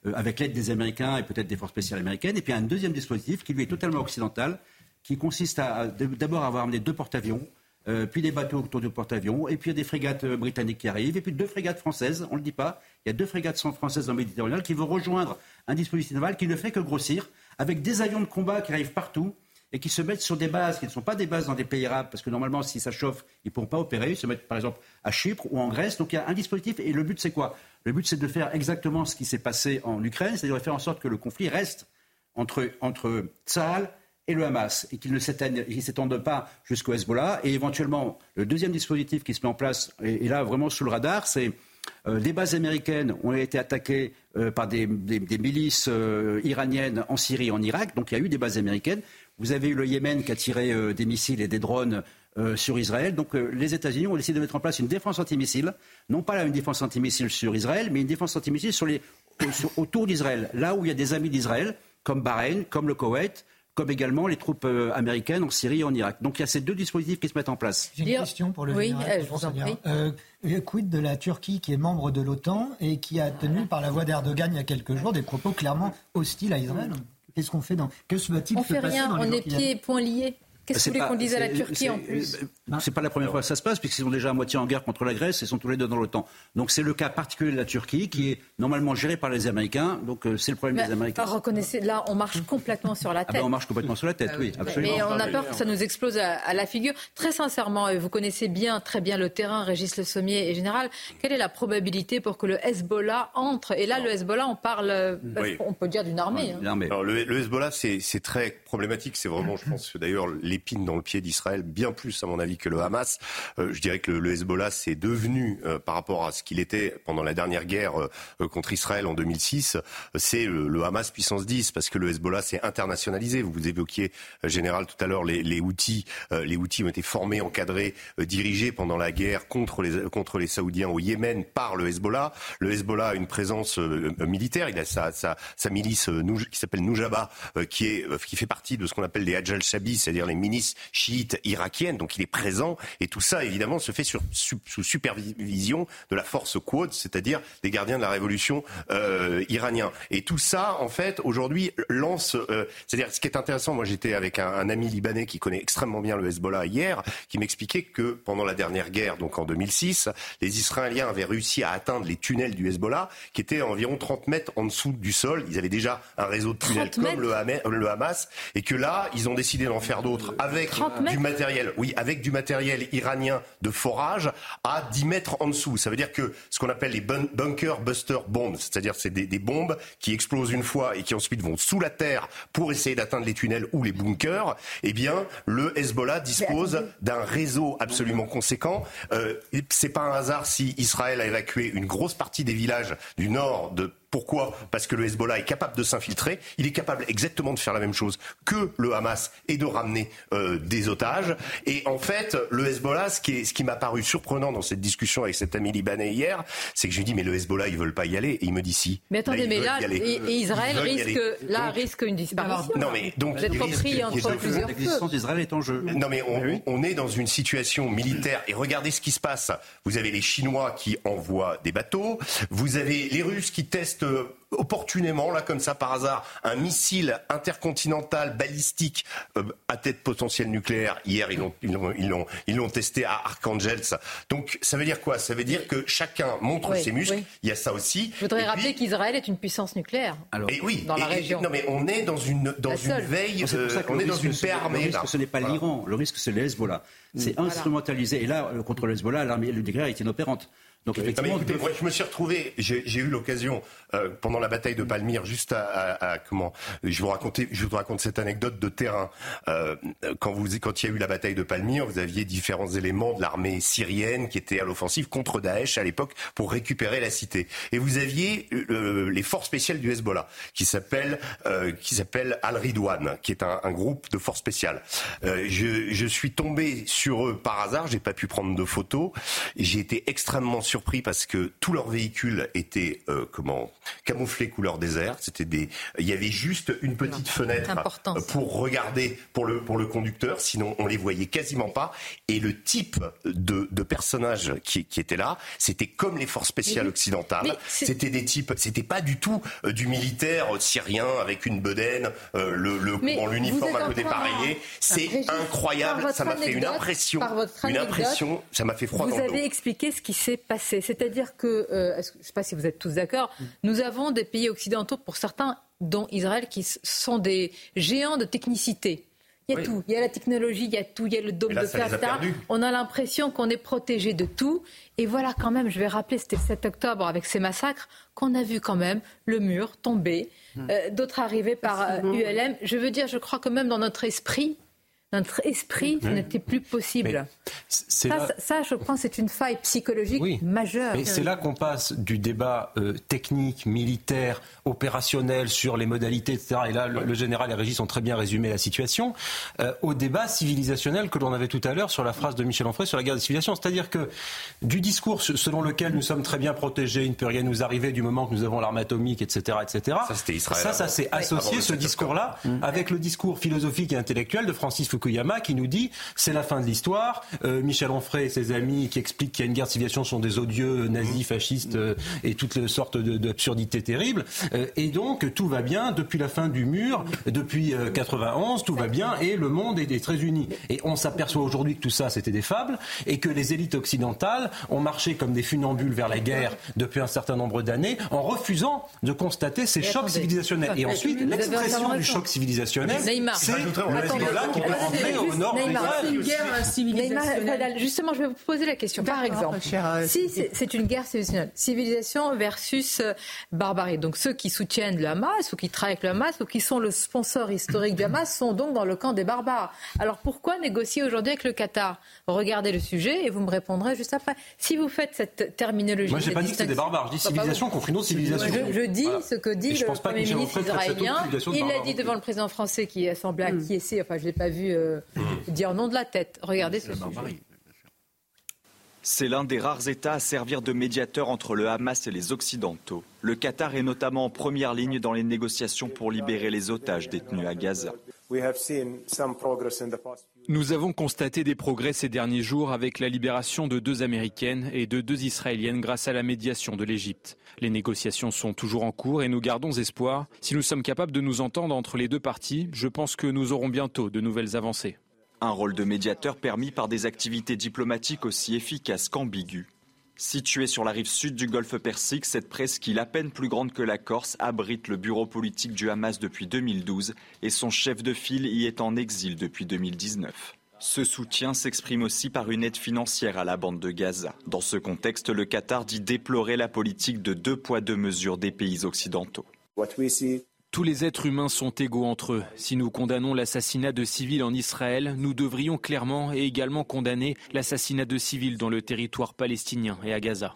euh, avec l'aide des Américains et peut-être des forces spéciales américaines. Et puis un deuxième dispositif qui lui est totalement occidental, qui consiste à, à d'abord avoir amené deux porte-avions, euh, puis des bateaux autour du porte-avions, et puis il y a des frégates euh, britanniques qui arrivent, et puis deux frégates françaises, on ne le dit pas, il y a deux frégates françaises dans le Méditerranée qui vont rejoindre un dispositif naval qui ne fait que grossir, avec des avions de combat qui arrivent partout, et qui se mettent sur des bases qui ne sont pas des bases dans des pays arabes, parce que normalement, si ça chauffe, ils ne pourront pas opérer. Ils se mettent, par exemple, à Chypre ou en Grèce. Donc il y a un dispositif. Et le but, c'est quoi ? Le but, c'est de faire exactement ce qui s'est passé en Ukraine, c'est-à-dire de faire en sorte que le conflit reste entre, entre Tsahal et le Hamas, et qu'il ne s'éteigne, qu'il s'étende pas jusqu'au Hezbollah. Et éventuellement, le deuxième dispositif qui se met en place, et, et là, vraiment sous le radar, c'est euh, des bases américaines ont été attaquées euh, par des, des, des milices euh, iraniennes en Syrie et en Irak. Donc il y a eu des bases américaines. Vous avez eu le Yémen qui a tiré euh, des missiles et des drones euh, sur Israël. Donc euh, les États-Unis ont décidé de mettre en place une défense antimissile. Non pas là, une défense antimissile sur Israël, mais une défense antimissile sur les, sur, autour d'Israël. Là où il y a des amis d'Israël, comme Bahreïn, comme le Koweït, comme également les troupes euh, américaines en Syrie et en Irak. Donc il y a ces deux dispositifs qui se mettent en place. J'ai une question pour le oui, général. euh, je vous en prie. Euh, quid de la Turquie qui est membre de l'OTAN et qui a tenu par la voix d'Erdogan il y a quelques jours des propos clairement hostiles à Israël ? Qu'est-ce qu'on fait dans... Que va-t-il on se fait passer rien, dans les on est pieds et poings liés. Qu'est-ce que vous voulez qu'on dise à la Turquie en plus ? C'est pas la première fois que ça se passe, puisqu'ils sont déjà à moitié en guerre contre la Grèce et sont tous les deux dans l'OTAN. Donc c'est le cas particulier de la Turquie, qui est normalement gérée par les Américains. Donc euh, c'est le problème Mais, des Américains. Reconnaissez, là, on marche complètement sur la tête. Ah ben on marche complètement sur la tête, oui, absolument. Mais on a peur que ça nous explose à, à la figure. Très sincèrement, et vous connaissez bien, très bien le terrain, Régis Le Sommier et Général, quelle est la probabilité pour que le Hezbollah entre ? Et là, le Hezbollah, on parle, oui. on peut dire d'une armée. Hein. Armée. Alors, le, le Hezbollah, c'est, c'est très problématique. C'est vraiment, je pense, d'ailleurs, l'épine dans le pied d'Israël, bien plus, à mon avis, que le Hamas. Euh, je dirais que le, le Hezbollah, c'est devenu, euh, par rapport à ce qu'il était pendant la dernière guerre euh, contre Israël en deux mille six, c'est le, le Hamas puissance dix, parce que le Hezbollah s'est internationalisé. Vous, vous évoquiez, euh, Général, tout à l'heure, les, les Houthis. Euh, les Houthis ont été formés, encadrés, euh, dirigés pendant la guerre contre les, contre les Saoudiens au Yémen par le Hezbollah. Le Hezbollah a une présence euh, militaire. Il a sa, sa, sa milice euh, nou, qui s'appelle Nujaba, euh, qui, est, euh, qui fait partie de ce qu'on appelle les Hajj al-Shabi, c'est-à-dire les milices chiites irakiennes. Donc il est présent. Et tout ça, évidemment, se fait sur, sous, sous supervision de la force Quds, c'est-à-dire des gardiens de la révolution euh, iranien. Et tout ça, en fait, aujourd'hui, lance... Euh, c'est-à-dire, ce qui est intéressant, moi j'étais avec un, un ami libanais qui connaît extrêmement bien le Hezbollah hier, qui m'expliquait que pendant la dernière guerre, donc en deux mille six, les Israéliens avaient réussi à atteindre les tunnels du Hezbollah, qui étaient à environ trente mètres en dessous du sol. Ils avaient déjà un réseau de tunnels comme le Hamas, le Hamas, et que là, ils ont décidé d'en faire d'autres avec du matériel, oui, avec du matériel iranien de forage à dix mètres en dessous. Ça veut dire que ce qu'on appelle les bun- bunker buster bombs, c'est-à-dire c'est des, des bombes qui explosent une fois et qui ensuite vont sous la terre pour essayer d'atteindre les tunnels ou les bunkers, eh bien, le Hezbollah dispose d'un réseau absolument conséquent. Euh, c'est pas un hasard si Israël a évacué une grosse partie des villages du nord de Pourquoi ? Parce que le Hezbollah est capable de s'infiltrer, il est capable exactement de faire la même chose que le Hamas et de ramener euh, des otages. Et en fait, le Hezbollah, ce qui, est, ce qui m'a paru surprenant dans cette discussion avec cet ami libanais hier, c'est que je lui dis mais le Hezbollah ils veulent pas y aller, et il me dit si. Mais attendez, là, mais là, et, et Israël risque, là donc, risque une disparition. Non mais donc vous êtes repris entre plusieurs feux. L'existence d'Israël est en jeu. Non mais on, on est dans une situation militaire et regardez ce qui se passe. Vous avez les Chinois qui envoient des bateaux, vous avez les Russes qui testent opportunément, là, comme ça, par hasard, un missile intercontinental balistique euh, à tête potentielle nucléaire. Hier, ils l'ont, ils l'ont, ils l'ont, ils l'ont testé à Arkhangels. Donc, ça veut dire quoi ? Ça veut dire que chacun montre oui, ses muscles. Oui. Il y a ça aussi. Je voudrais et rappeler puis, qu'Israël est une puissance nucléaire. Alors, et oui, dans la et, région. Non, mais on est dans une, dans une veille, euh, on est dans une paix armée. Le risque, ce n'est pas voilà. l'Iran. Le risque, c'est le Hezbollah. C'est voilà. instrumentalisé. Et là, contre le Hezbollah, l'armée nucléaire est inopérante. Donc, effectivement, non, écoutez, moi, je me suis retrouvé, j'ai, j'ai eu l'occasion, euh, pendant la bataille de Palmyre, juste à, à, à comment, je vous raconter, je vous raconte cette anecdote de terrain. Euh, quand vous, quand il y a eu la bataille de Palmyre, vous aviez différents éléments de l'armée syrienne qui étaient à l'offensive contre Daesh à l'époque pour récupérer la cité. Et vous aviez euh, les forces spéciales du Hezbollah, qui s'appelle, euh, qui s'appelle Al-Ridwan, qui est un, un groupe de forces spéciales. Euh, je, je suis tombé sur eux par hasard, j'ai pas pu prendre de photos, et j'ai été extrêmement surpris surpris parce que tous leurs véhicules étaient euh, comment camouflés couleur désert. C'était des, il y avait juste une petite fenêtre important, pour regarder pour le pour le conducteur. Sinon, on les voyait quasiment pas. Et le type de, de personnages qui, qui étaient là, c'était comme les forces spéciales occidentales. C'était des types, c'était pas du tout euh, du militaire syrien avec une bedaine, euh, le, le en l'uniforme un peu dépareillé. C'est Régis, incroyable. Ça m'a fait une impression, une impression. Ça m'a fait froid dans le dos. Vous avez expliqué ce qui s'est passé, c'est-à-dire que, euh, je ne sais pas si vous êtes tous d'accord, nous avons des pays occidentaux, pour certains, dont Israël, qui sont des géants de technicité. Il y a oui. tout, il y a la technologie, il y a tout, il y a le dôme là, de fer, et cetera. On a l'impression qu'on est protégé de tout. Et voilà quand même, je vais rappeler, c'était le sept octobre avec ces massacres, qu'on a vu quand même le mur tomber, mmh. euh, d'autres arriver par euh, U L M. Je veux dire, je crois que même dans notre esprit, notre esprit, ce mmh. n'était plus possible. Ça, là... ça, je pense, c'est une faille psychologique oui. majeure. Et c'est là qu'on passe du débat euh, technique, militaire, opérationnel sur les modalités, et cetera. Et là, le, le général et Régis ont très bien résumé la situation, euh, au débat civilisationnel que l'on avait tout à l'heure sur la phrase de Michel Onfray sur la guerre des civilisations. C'est-à-dire que du discours selon lequel nous sommes très bien protégés, il ne peut rien nous arriver du moment que nous avons l'arme atomique, et cetera, et cetera. Ça, c'était Israël. Ça, ça s'est associé, ce discours-là, mmh. avec le discours philosophique et intellectuel de Francis Fukuyama qui nous dit c'est la fin de l'histoire. Euh, Michel Onfray et ses amis qui expliquent qu'il y a une guerre de civilisation sont des odieux nazis, fascistes euh, et toutes sortes de, d'absurdités terribles. Euh, et donc tout va bien depuis la fin du mur, depuis euh, quatre-vingt-onze, tout va bien et le monde est, est très uni. Et on s'aperçoit aujourd'hui que tout ça c'était des fables et que les élites occidentales ont marché comme des funambules vers la guerre depuis un certain nombre d'années en refusant de constater ces et chocs attendez. civilisationnels. Et ensuite, l'expression du choc civilisationnel, Neymar. c'est le Hezbollah qui peut rentrer au nord d'Israël. C'est une guerre civilisationnelle. Justement, je vais vous poser la question. Par exemple, si c'est, c'est une guerre civilisationnelle, civilisation versus barbarie. Donc ceux qui soutiennent le Hamas ou qui travaillent avec le Hamas ou qui sont le sponsor historique du Hamas sont donc dans le camp des barbares. Alors pourquoi négocier aujourd'hui avec le Qatar ? Regardez le sujet et vous me répondrez juste après. Si vous faites cette terminologie... Moi, je n'ai pas dit que c'était des barbares. Je dis civilisation contre une autre civilisation. Je, je dis voilà. ce que dit le Premier ministre israélien. Il l'a dit devant le président français qui a semblé acquiescer. Enfin, je ne l'ai pas vu euh, mmh. dire non de la tête. Regardez ce sujet. C'est l'un des rares États à servir de médiateur entre le Hamas et les Occidentaux. Le Qatar est notamment en première ligne dans les négociations pour libérer les otages détenus à Gaza. Nous avons constaté des progrès ces derniers jours avec la libération de deux Américaines et de deux Israéliennes grâce à la médiation de l'Égypte. Les négociations sont toujours en cours et nous gardons espoir. Si nous sommes capables de nous entendre entre les deux parties, je pense que nous aurons bientôt de nouvelles avancées. Un rôle de médiateur permis par des activités diplomatiques aussi efficaces qu'ambiguës. Située sur la rive sud du golfe Persique, cette presqu'île à peine plus grande que la Corse abrite le bureau politique du Hamas depuis deux mille douze et son chef de file y est en exil depuis deux mille dix-neuf. Ce soutien s'exprime aussi par une aide financière à la bande de Gaza. Dans ce contexte, le Qatar dit déplorer la politique de deux poids deux mesures des pays occidentaux. Tous les êtres humains sont égaux entre eux. Si nous condamnons l'assassinat de civils en Israël, nous devrions clairement et également condamner l'assassinat de civils dans le territoire palestinien et à Gaza.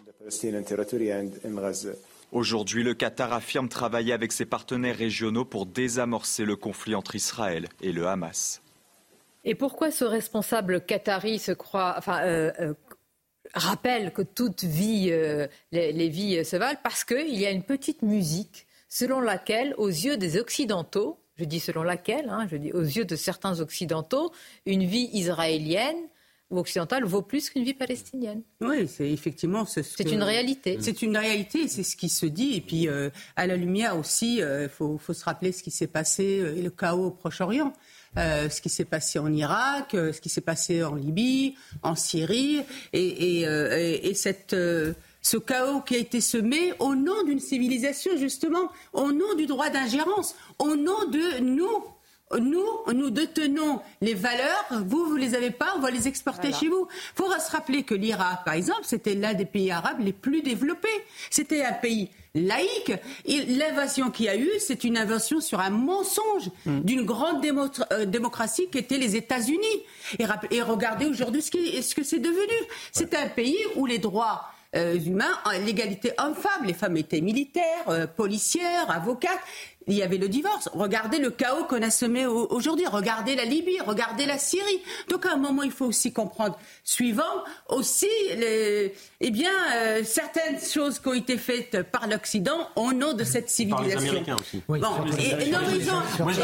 Aujourd'hui, le Qatar affirme travailler avec ses partenaires régionaux pour désamorcer le conflit entre Israël et le Hamas. Et pourquoi ce responsable qatari se croit, enfin, euh, euh, rappelle que toute vie, euh, les, les vies se valent ? Parce qu'il y a une petite musique selon laquelle, aux yeux des Occidentaux, je dis selon laquelle, hein, je dis aux yeux de certains Occidentaux, une vie israélienne ou occidentale vaut plus qu'une vie palestinienne. Oui, c'est effectivement... C'est, ce c'est que, une réalité. C'est une réalité, c'est ce qui se dit. Et puis, euh, à la lumière aussi, il euh, faut, faut se rappeler ce qui s'est passé, euh, le chaos au Proche-Orient. Euh, ce qui s'est passé en Irak, euh, ce qui s'est passé en Libye, en Syrie, et, et, euh, et, et cette... Euh, ce chaos qui a été semé au nom d'une civilisation, justement, au nom du droit d'ingérence, au nom de nous. Nous, nous détenons les valeurs, vous, vous les avez pas, on va les exporter voilà. chez vous. Il faudra se rappeler que l'Irak, par exemple, c'était l'un des pays arabes les plus développés. C'était un pays laïque. Et l'invasion qu'il y a eu, c'est une invasion sur un mensonge mmh. d'une grande démo- euh, démocratie qui était les États-Unis. Et, rapp- et regardez aujourd'hui ce, qui, ce que c'est devenu. Ouais. C'est un pays où les droits Euh, humains, l'égalité homme-femme. Les femmes étaient militaires, euh, policières, avocates. il y avait le divorce. Regardez le chaos qu'on a semé aujourd'hui. Regardez la Libye, regardez la Syrie. Donc à un moment, il faut aussi comprendre. Suivant aussi, les, eh bien, euh, certaines choses qui ont été faites par l'Occident au nom de cette civilisation. Par les Américains aussi. Oui. Bon, et, et non, ils ont, Moi,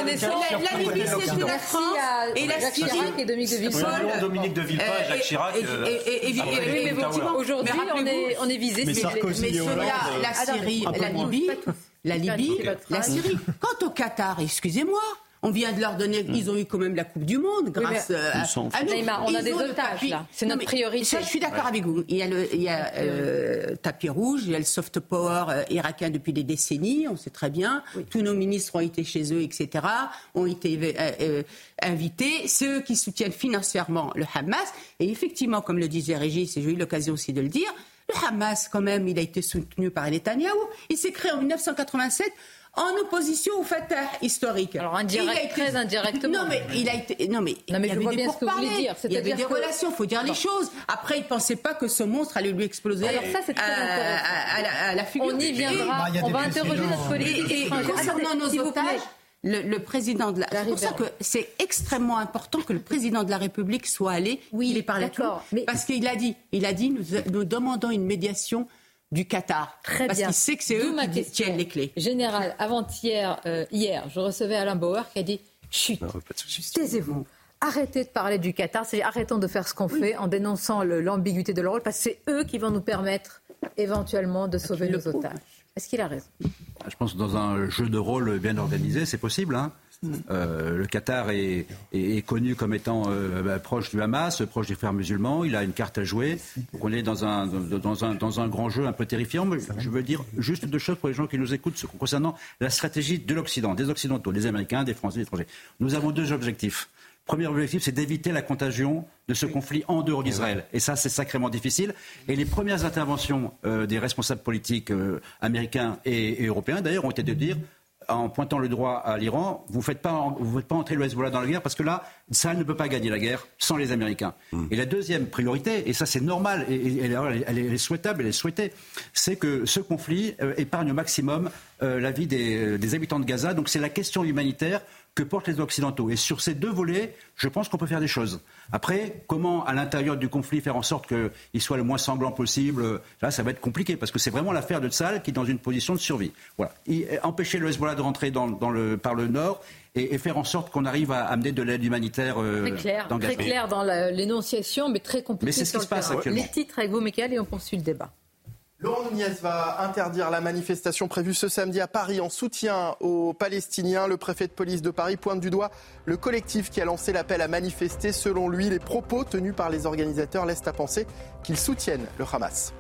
la, la Libye, c'était la France et la Jacques Syrie. Chirac et Dominique de Villepin. Oui, Dominique de Villepin et Jacques Chirac. Et, et, et, et, après, et, effectivement, aujourd'hui, on est, on est visé. Mais Sarkozy mais et Hollande, la, la Syrie, la Libye, la Libye, la Syrie. Quant au Qatar, excusez-moi. On vient de leur donner, mmh. ils ont eu quand même la Coupe du Monde grâce oui, à, à nous. Neymar, on ils a des otages là, c'est notre priorité. Ça, je suis d'accord avec vous. Il y a le il y a, euh, tapis rouge, il y a le soft power euh, irakien depuis des décennies, on sait très bien. Oui. Tous nos ministres ont été chez eux, et cetera, ont été euh, euh, invités. Ceux qui soutiennent financièrement le Hamas. Et effectivement, comme le disait Régis, et j'ai eu l'occasion aussi de le dire, le Hamas, quand même, il a été soutenu par Netanyahou. Il s'est créé en dix-neuf cent quatre-vingt-sept en opposition au Fatah historique. Alors indirect, été... très indirectement. Non mais il a été, non mais, non, mais il y je avait vois des bien ce que vous voulez dire. Il y avait des que... relations, il faut dire bon. les choses. Après, il ne pensait pas que ce monstre allait lui exploser. Alors ça, c'est très à, intéressant. À, à, la, à la figure. On y viendra. Bah, on va interroger notre politique. Et, et concernant nos otages, le, le président de la... C'est pour ça que c'est extrêmement important que le président de la République soit allé, oui, il est par là tout, mais... parce qu'il a dit, il a dit, nous, nous demandons une médiation du Qatar. Très parce bien. qu'il sait que c'est eux qui tiennent les clés. Général, avant-hier, euh, hier, je recevais Alain Bauer qui a dit chut, taisez-vous. Arrêtez de parler du Qatar, c'est arrêtons de faire ce qu'on oui. fait en dénonçant le, l'ambiguïté de leur rôle, parce que c'est eux qui vont nous permettre éventuellement de sauver nos otages. Est-ce qu'il a raison ? Je pense que dans un jeu de rôle bien organisé, c'est possible. Hein. Euh, le Qatar est, est, est connu comme étant euh, bah, proche du Hamas, proche des frères musulmans. Il a une carte à jouer. Donc on est dans un, dans, un, dans un grand jeu un peu terrifiant. Mais je veux dire juste deux choses pour les gens qui nous écoutent concernant la stratégie de l'Occident, des Occidentaux, des Américains, des Français, des étrangers. Nous avons deux objectifs. Premier objectif, c'est d'éviter la contagion de ce conflit en dehors d'Israël. Et ça, c'est sacrément difficile. Et les premières interventions euh, des responsables politiques euh, américains et, et européens, d'ailleurs, ont été de dire, en pointant le droit à l'Iran, vous ne faites pas, vous faites pas entrer le Hezbollah dans la guerre parce que là, ça ne peut pas gagner la guerre sans les Américains. Mmh. Et la deuxième priorité, et ça c'est normal, et, et, et elle, elle est souhaitable, elle est souhaitée, c'est que ce conflit euh, épargne au maximum euh, la vie des, des habitants de Gaza. Donc c'est la question humanitaire que portent les Occidentaux. Et sur ces deux volets, je pense qu'on peut faire des choses. Après, comment, à l'intérieur du conflit, faire en sorte qu'il soit le moins sanglant possible, là, ça va être compliqué, parce que c'est vraiment l'affaire de Tsahal qui est dans une position de survie. Voilà. Et empêcher le Hezbollah de rentrer dans, dans le, par le nord et, et faire en sorte qu'on arrive à amener de l'aide humanitaire euh, très clair, dans Gaza. Très clair dans la, l'énonciation, mais très compliqué mais c'est sur ce qui le se passe actuellement. Les titres avec vous, Mickaël, et on poursuit le débat. Laurent Nunez va interdire la manifestation prévue ce samedi à Paris en soutien aux Palestiniens. Le préfet de police de Paris pointe du doigt le collectif qui a lancé l'appel à manifester. Selon lui, les propos tenus par les organisateurs laissent à penser qu'ils soutiennent le Hamas.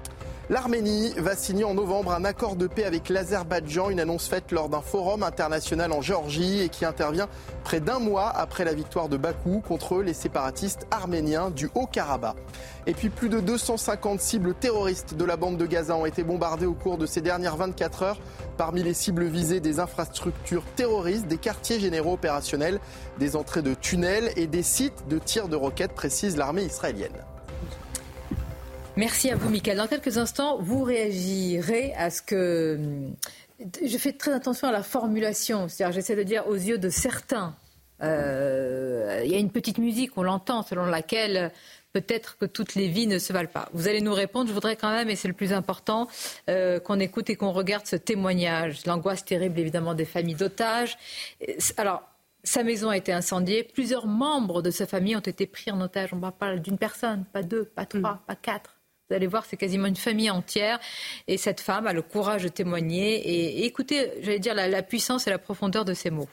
L'Arménie va signer en novembre un accord de paix avec l'Azerbaïdjan, une annonce faite lors d'un forum international en Géorgie et qui intervient près d'un mois après la victoire de Bakou contre les séparatistes arméniens du Haut-Karabakh. Et puis plus de deux cent cinquante cibles terroristes de la bande de Gaza ont été bombardées au cours de ces dernières vingt-quatre heures. Parmi les cibles visées, des infrastructures terroristes, des quartiers généraux opérationnels, des entrées de tunnels et des sites de tir de roquettes, précise l'armée israélienne. Merci à vous, Mickaël. Dans quelques instants, vous réagirez à ce que... Je fais très attention à la formulation. C'est-à-dire, j'essaie de dire aux yeux de certains. Euh, il y a une petite musique, on l'entend, selon laquelle peut-être que toutes les vies ne se valent pas. Vous allez nous répondre. Je voudrais quand même, et c'est le plus important, euh, qu'on écoute et qu'on regarde ce témoignage. L'angoisse terrible, évidemment, des familles d'otages. Alors... Sa maison a été incendiée. Plusieurs membres de sa famille ont été pris en otage. On ne parle d'une personne, pas deux, pas trois, mmh. pas quatre. Vous allez voir, c'est quasiment une famille entière. Et cette femme a le courage de témoigner. Et, et écoutez, j'allais dire, la, la puissance et la profondeur de ses mots.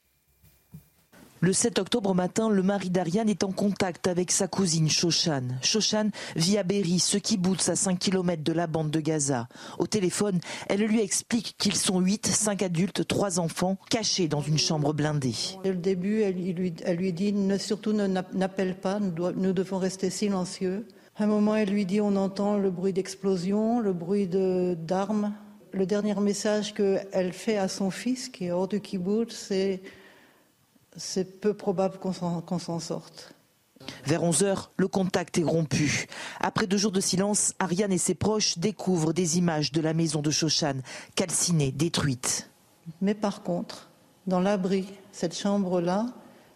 Le sept octobre matin, le mari d'Ariane est en contact avec sa cousine Shoshan. Shoshan vit à Be'eri, ce kibboutz à cinq kilomètres de la bande de Gaza. Au téléphone, elle lui explique qu'ils sont huit, cinq adultes, trois enfants, cachés dans une chambre blindée. Dès le début, elle lui, elle lui dit ne, surtout ne, n'appelle pas, nous, doit, nous devons rester silencieux. À un moment, elle lui dit on entend le bruit d'explosion, le bruit de, d'armes. Le dernier message qu'elle fait à son fils, qui est hors du kibboutz, c'est... C'est peu probable qu'on s'en, qu'on s'en sorte. Vers onze heures, le contact est rompu. Après deux jours de silence, Ariane et ses proches découvrent des images de la maison de Shoshan, calcinée, détruite. Mais par contre, dans l'abri, cette chambre-là,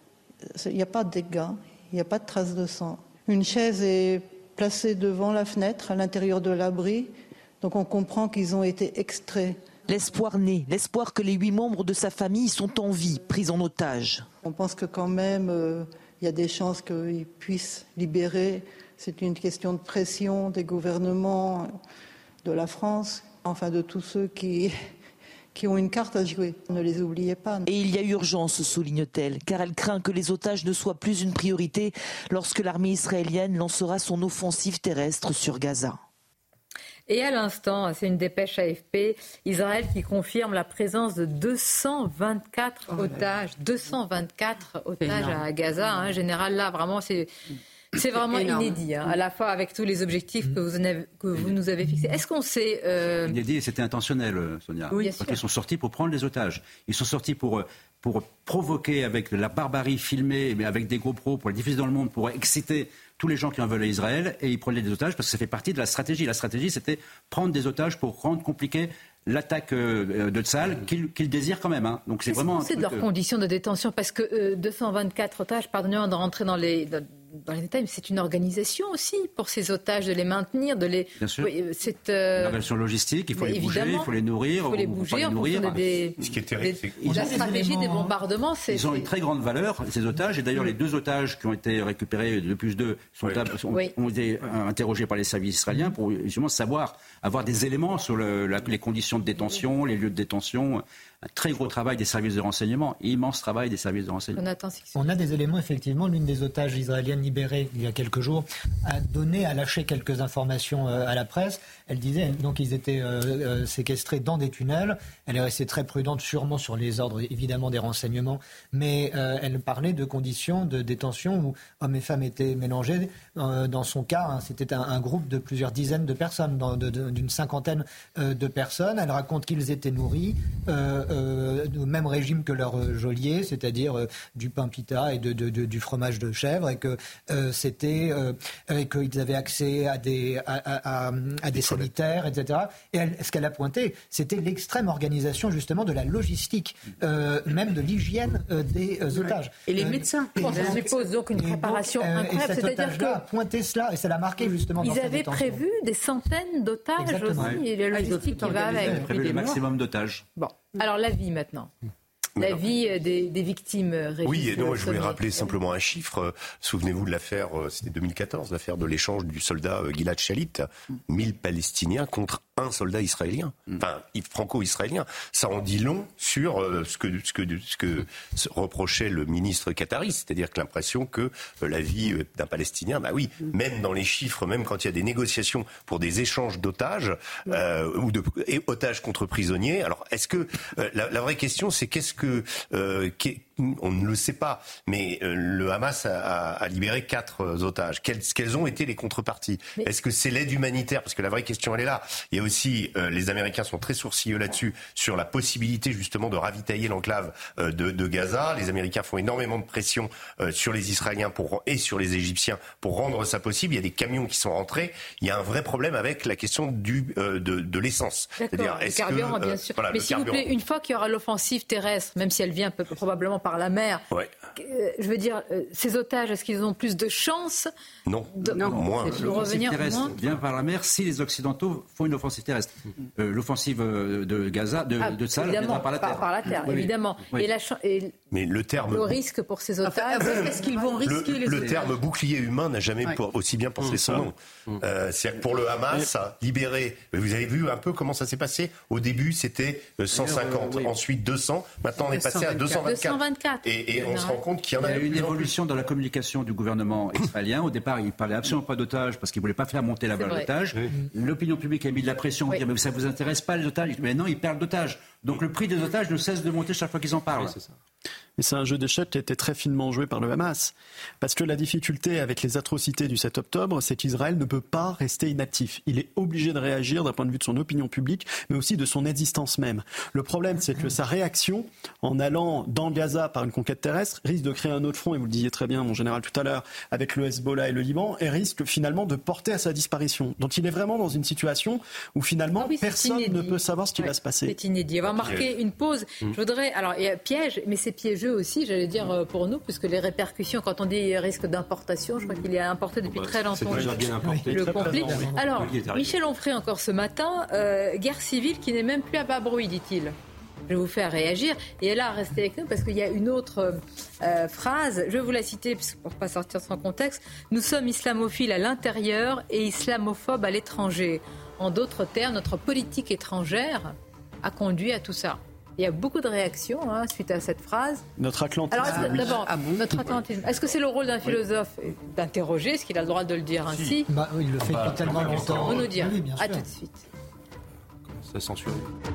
il n'y a pas de dégâts, il n'y a pas de traces de sang. Une chaise est placée devant la fenêtre, à l'intérieur de l'abri, donc on comprend qu'ils ont été extraits. L'espoir naît, l'espoir que les huit membres de sa famille sont en vie, pris en otage. On pense que quand même, euh, il y a des chances qu'ils puissent libérer. C'est une question de pression des gouvernements de la France, enfin de tous ceux qui... qui ont une carte à jouer. Ne les oubliez pas. Et il y a urgence, souligne-t-elle, car elle craint que les otages ne soient plus une priorité lorsque l'armée israélienne lancera son offensive terrestre sur Gaza. Et à l'instant, c'est une dépêche A F P, Israël qui confirme la présence de deux cent vingt-quatre oh otages. deux cent vingt-quatre otages à Gaza. Hein, général, là, vraiment, c'est... C'est vraiment énorme. Inédit, hein, à la fois avec tous les objectifs que vous, avez, que vous nous avez fixés. Est-ce qu'on sait... Euh... Inédit, et c'était intentionnel, Sonia. Oui, parce qu'ils sont sortis pour prendre les otages. Ils sont sortis pour, pour provoquer avec la barbarie filmée, mais avec des GoPros, pour les diffuser dans le monde, pour exciter tous les gens qui en veulent à Israël, et ils prenaient des otages parce que ça fait partie de la stratégie. La stratégie, c'était prendre des otages pour rendre compliqué l'attaque de Tsahal, qu'ils qu'ils désirent quand même. Hein. Donc c'est Qu'est-ce vraiment... C'est de leurs euh... conditions de détention, parce que euh, deux cent vingt-quatre otages, pardonnez-moi de rentrer dans les... Dans... dans les détails, mais c'est une organisation aussi pour ces otages, de les maintenir, de les... Bien sûr. Oui, c'est euh... une organisation logistique, il faut les bouger, il faut les nourrir. Il faut les bouger, en fonction de des... Ce qui est terrible, c'est que... La stratégie des bombardements, c'est... Ils ont une très grande valeur, ces otages, et d'ailleurs les deux otages qui ont été récupérés, de plus deux, sont, oui. sont, oui. ont été interrogés par les services israéliens pour justement savoir, avoir des éléments sur le, la, les conditions de détention, les lieux de détention. Un très gros travail des services de renseignement, immense travail des services de renseignement. On a des éléments, effectivement. L'une des otages israéliennes libérées il y a quelques jours a donné, a lâché quelques informations à la presse. Elle disait, donc ils étaient euh, séquestrés dans des tunnels. Elle est restée très prudente, sûrement sur les ordres, évidemment, des renseignements. Mais euh, elle parlait de conditions de détention où hommes et femmes étaient mélangés. Euh, dans son cas, hein, c'était un, un groupe de plusieurs dizaines de personnes, dans, de, de, d'une cinquantaine euh, de personnes. Elle raconte qu'ils étaient nourris. Euh, Euh, au même régime que leur euh, geôlier, c'est-à-dire euh, du pain pita et de, de, de, du fromage de chèvre, et que euh, c'était euh, et qu'ils avaient accès à des à, à, à des sanitaires, et cetera. Et elle, ce qu'elle a pointé, c'était l'extrême organisation justement de la logistique, euh, même de l'hygiène euh, des euh, otages. Et les médecins. Euh, bon, ça suppose donc une préparation donc, euh, incroyable. Et cet otage-là a pointé cela, et ça l'a marqué justement. Ils dans avaient prévu des centaines d'otages. Exactement. Aussi, ouais. Et la logistique ah, qui va avec. Ils avaient prévu le maximum d'otages. Bon, alors la vie maintenant. La vie des, des victimes. Régis, oui, et non, je voulais rappeler simplement un chiffre. Souvenez-vous de l'affaire, c'était deux mille quatorze, l'affaire de l'échange du soldat Gilad Shalit. mille Palestiniens contre un soldat israélien, enfin franco-israélien. Ça en dit long sur euh, ce, que, ce, que, ce que reprochait le ministre qatari, c'est-à-dire que l'impression que euh, la vie d'un Palestinien, bah oui, même dans les chiffres, même quand il y a des négociations pour des échanges d'otages euh, ou de et otages contre prisonniers. Alors, est-ce que euh, la, la vraie question, c'est qu'est-ce que euh, qu'est, on ne le sait pas, mais euh, le Hamas a, a, a libéré quatre euh, otages. Quelles, quelles ont été les contreparties ? Mais... Est-ce que c'est l'aide humanitaire ? Parce que la vraie question, elle est là. Il y a aussi, euh, les Américains sont très sourcilleux là-dessus, sur la possibilité justement de ravitailler l'enclave euh, de, de Gaza. Les Américains font énormément de pression euh, sur les Israéliens pour, et sur les Égyptiens pour rendre ça possible. Il y a des camions qui sont rentrés. Il y a un vrai problème avec la question du, euh, de, de l'essence. D'accord, c'est-à-dire, est-ce le carburant, que, euh, bien sûr. Voilà, mais s'il vous plaît, une fois qu'il y aura l'offensive terrestre, même si elle vient peu, probablement par la mer, ouais. euh, je veux dire, euh, ces otages, est-ce qu'ils ont plus de chances Non, de... non, moins. L'offensive terrestre moins. vient par la mer si les Occidentaux font une offensive terrestre. Euh, l'offensive de Gaza, de, ah, de Tsahal, viendra par la terre. Par, par la terre, oui, évidemment. Oui. Et, la ch- et mais le terme... le risque pour ces otages, enfin, est-ce qu'ils vont risquer le, les le otages ? terme bouclier humain n'a jamais ouais. pour, aussi bien porté mmh. son nom. Mmh. Euh, c'est pour le Hamas, libéré. Vous avez vu un peu comment ça s'est passé ? Au début, c'était cent cinquante, oui. Ensuite deux cents. Maintenant, on est passé à deux cent vingt-quatre. deux cent vingt-quatre. Et, et on se rend compte qu'il y en a, il y a eu une évolution dans la communication du gouvernement israélien. Au départ, il ne parlait absolument pas d'otages parce qu'il ne voulait pas faire monter la valeur d'otages. Oui. L'opinion publique a mis de la pression pour oui. dire mais ça ne vous intéresse pas les otages ? Mais non, ils perdent d'otages. Donc le prix des otages ne cesse de monter chaque fois qu'ils en parlent. Oui, c'est ça. Et c'est un jeu d'échecs qui a été très finement joué par le Hamas. Parce que la difficulté avec les atrocités du sept octobre, c'est qu'Israël ne peut pas rester inactif. Il est obligé de réagir d'un point de vue de son opinion publique, mais aussi de son existence même. Le problème, c'est que sa réaction, en allant dans Gaza par une conquête terrestre, risque de créer un autre front, et vous le disiez très bien, mon général, tout à l'heure, avec le Hezbollah et le Liban, et risque finalement de porter à sa disparition. Donc il est vraiment dans une situation où finalement, ah oui, personne ne peut savoir ce qui ouais, va se passer. C'est inédit. On va marquer une pause. Mmh. Je voudrais... Alors, il y a piège, mais c'est piégeux aussi, j'allais dire, pour nous, puisque les répercussions, quand on dit risque d'importation, je crois qu'il est importé depuis bah, très longtemps. C'est déjà bien importé. Le conflit. Alors, Michel Onfray, encore ce matin, euh, guerre civile qui n'est même plus à bas bruit, dit-il. Je vais vous faire réagir. Et là, restez avec nous parce qu'il y a une autre euh, phrase. Je vais vous la citer pour ne pas sortir sans contexte. Nous sommes islamophiles à l'intérieur et islamophobes à l'étranger. En d'autres termes, notre politique étrangère a conduit à tout ça. Il y a beaucoup de réactions hein, suite à cette phrase. Notre atlantisme. Alors, est-ce que, d'abord, ah bon notre atlantisme. Est-ce que c'est le rôle d'un philosophe oui. d'interroger, est-ce qu'il a le droit de le dire ainsi si. bah, Il le fait bah, depuis tellement longtemps. Vous nous dire. Oui, à tout de suite. Comment ça censure.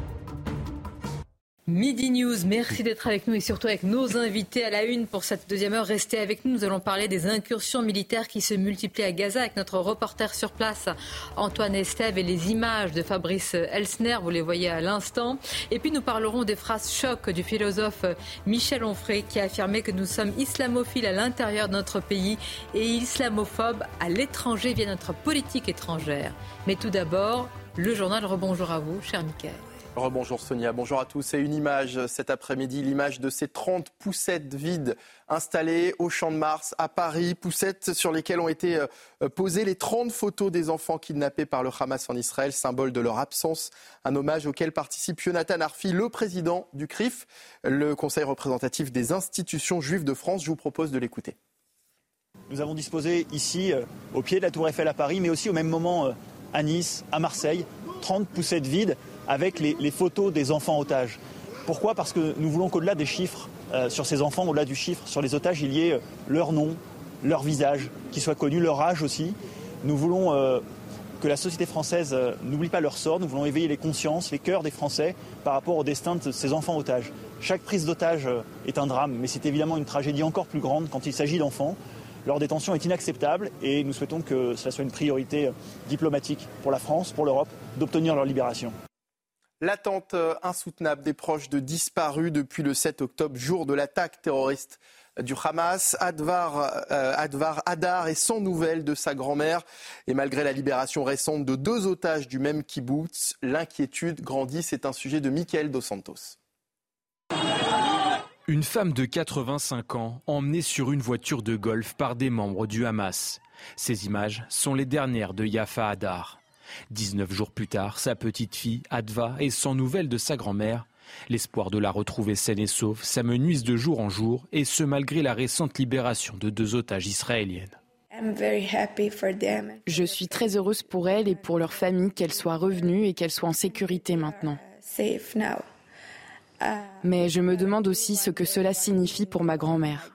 Midi News, merci d'être avec nous et surtout avec nos invités à la une pour cette deuxième heure. Restez avec nous, nous allons parler des incursions militaires qui se multiplient à Gaza avec notre reporter sur place Antoine Estève et les images de Fabrice Elsner, vous les voyez à l'instant. Et puis nous parlerons des phrases choc du philosophe Michel Onfray qui a affirmé que nous sommes islamophiles à l'intérieur de notre pays et islamophobes à l'étranger via notre politique étrangère. Mais tout d'abord, le journal. Rebonjour à vous, cher Mickaël. Rebonjour Sonia, bonjour à tous. Et une image cet après-midi, l'image de ces trente poussettes vides installées au Champ de Mars à Paris. Poussettes sur lesquelles ont été posées les trente photos des enfants kidnappés par le Hamas en Israël, symbole de leur absence. Un hommage auquel participe Yonatan Arfi, le président du C R I F, le Conseil représentatif des institutions juives de France. Je vous propose de l'écouter. Nous avons disposé ici, au pied de la Tour Eiffel à Paris, mais aussi au même moment à Nice, à Marseille, trente poussettes vides avec les, les photos des enfants otages. Pourquoi ? Parce que nous voulons qu'au-delà des chiffres, euh, sur ces enfants, au-delà du chiffre, sur les otages, il y ait leur nom, leur visage, qui soit connu, leur âge aussi. Nous voulons euh, que la société française euh, n'oublie pas leur sort. Nous voulons éveiller les consciences, les cœurs des Français par rapport au destin de ces enfants otages. Chaque prise d'otage euh, est un drame, mais c'est évidemment une tragédie encore plus grande quand il s'agit d'enfants. Leur détention est inacceptable et nous souhaitons que cela soit une priorité diplomatique pour la France, pour l'Europe, d'obtenir leur libération. L'attente insoutenable des proches de disparus depuis le sept octobre, jour de l'attaque terroriste du Hamas. Advar, euh, Advar Hadar est sans nouvelles de sa grand-mère. Et malgré la libération récente de deux otages du même kibboutz, l'inquiétude grandit. C'est un sujet de Mickaël Dos Santos. Une femme de quatre-vingt-cinq ans emmenée sur une voiture de golf par des membres du Hamas. Ces images sont les dernières de Yafa Hadar. dix-neuf jours plus tard, sa petite fille, Adva, est sans nouvelles de sa grand-mère. L'espoir de la retrouver saine et sauve s'amenuise de jour en jour, et ce malgré la récente libération de deux otages israéliennes. Je suis très heureuse pour elles et pour leur famille qu'elles soient revenues et qu'elles soient en sécurité maintenant. Mais je me demande aussi ce que cela signifie pour ma grand-mère.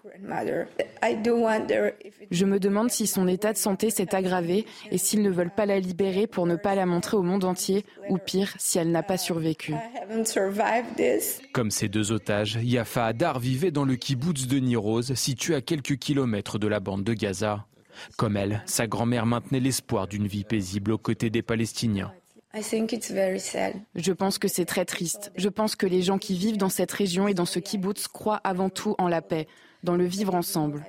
Je me demande si son état de santé s'est aggravé et s'ils ne veulent pas la libérer pour ne pas la montrer au monde entier, ou pire, si elle n'a pas survécu. Comme ces deux otages, Yafa Hadar vivait dans le kibboutz de Nir Oz, situé à quelques kilomètres de la bande de Gaza. Comme elle, sa grand-mère maintenait l'espoir d'une vie paisible aux côtés des Palestiniens. Je pense que c'est très triste. Je pense que les gens qui vivent dans cette région et dans ce kibboutz croient avant tout en la paix, dans le vivre ensemble.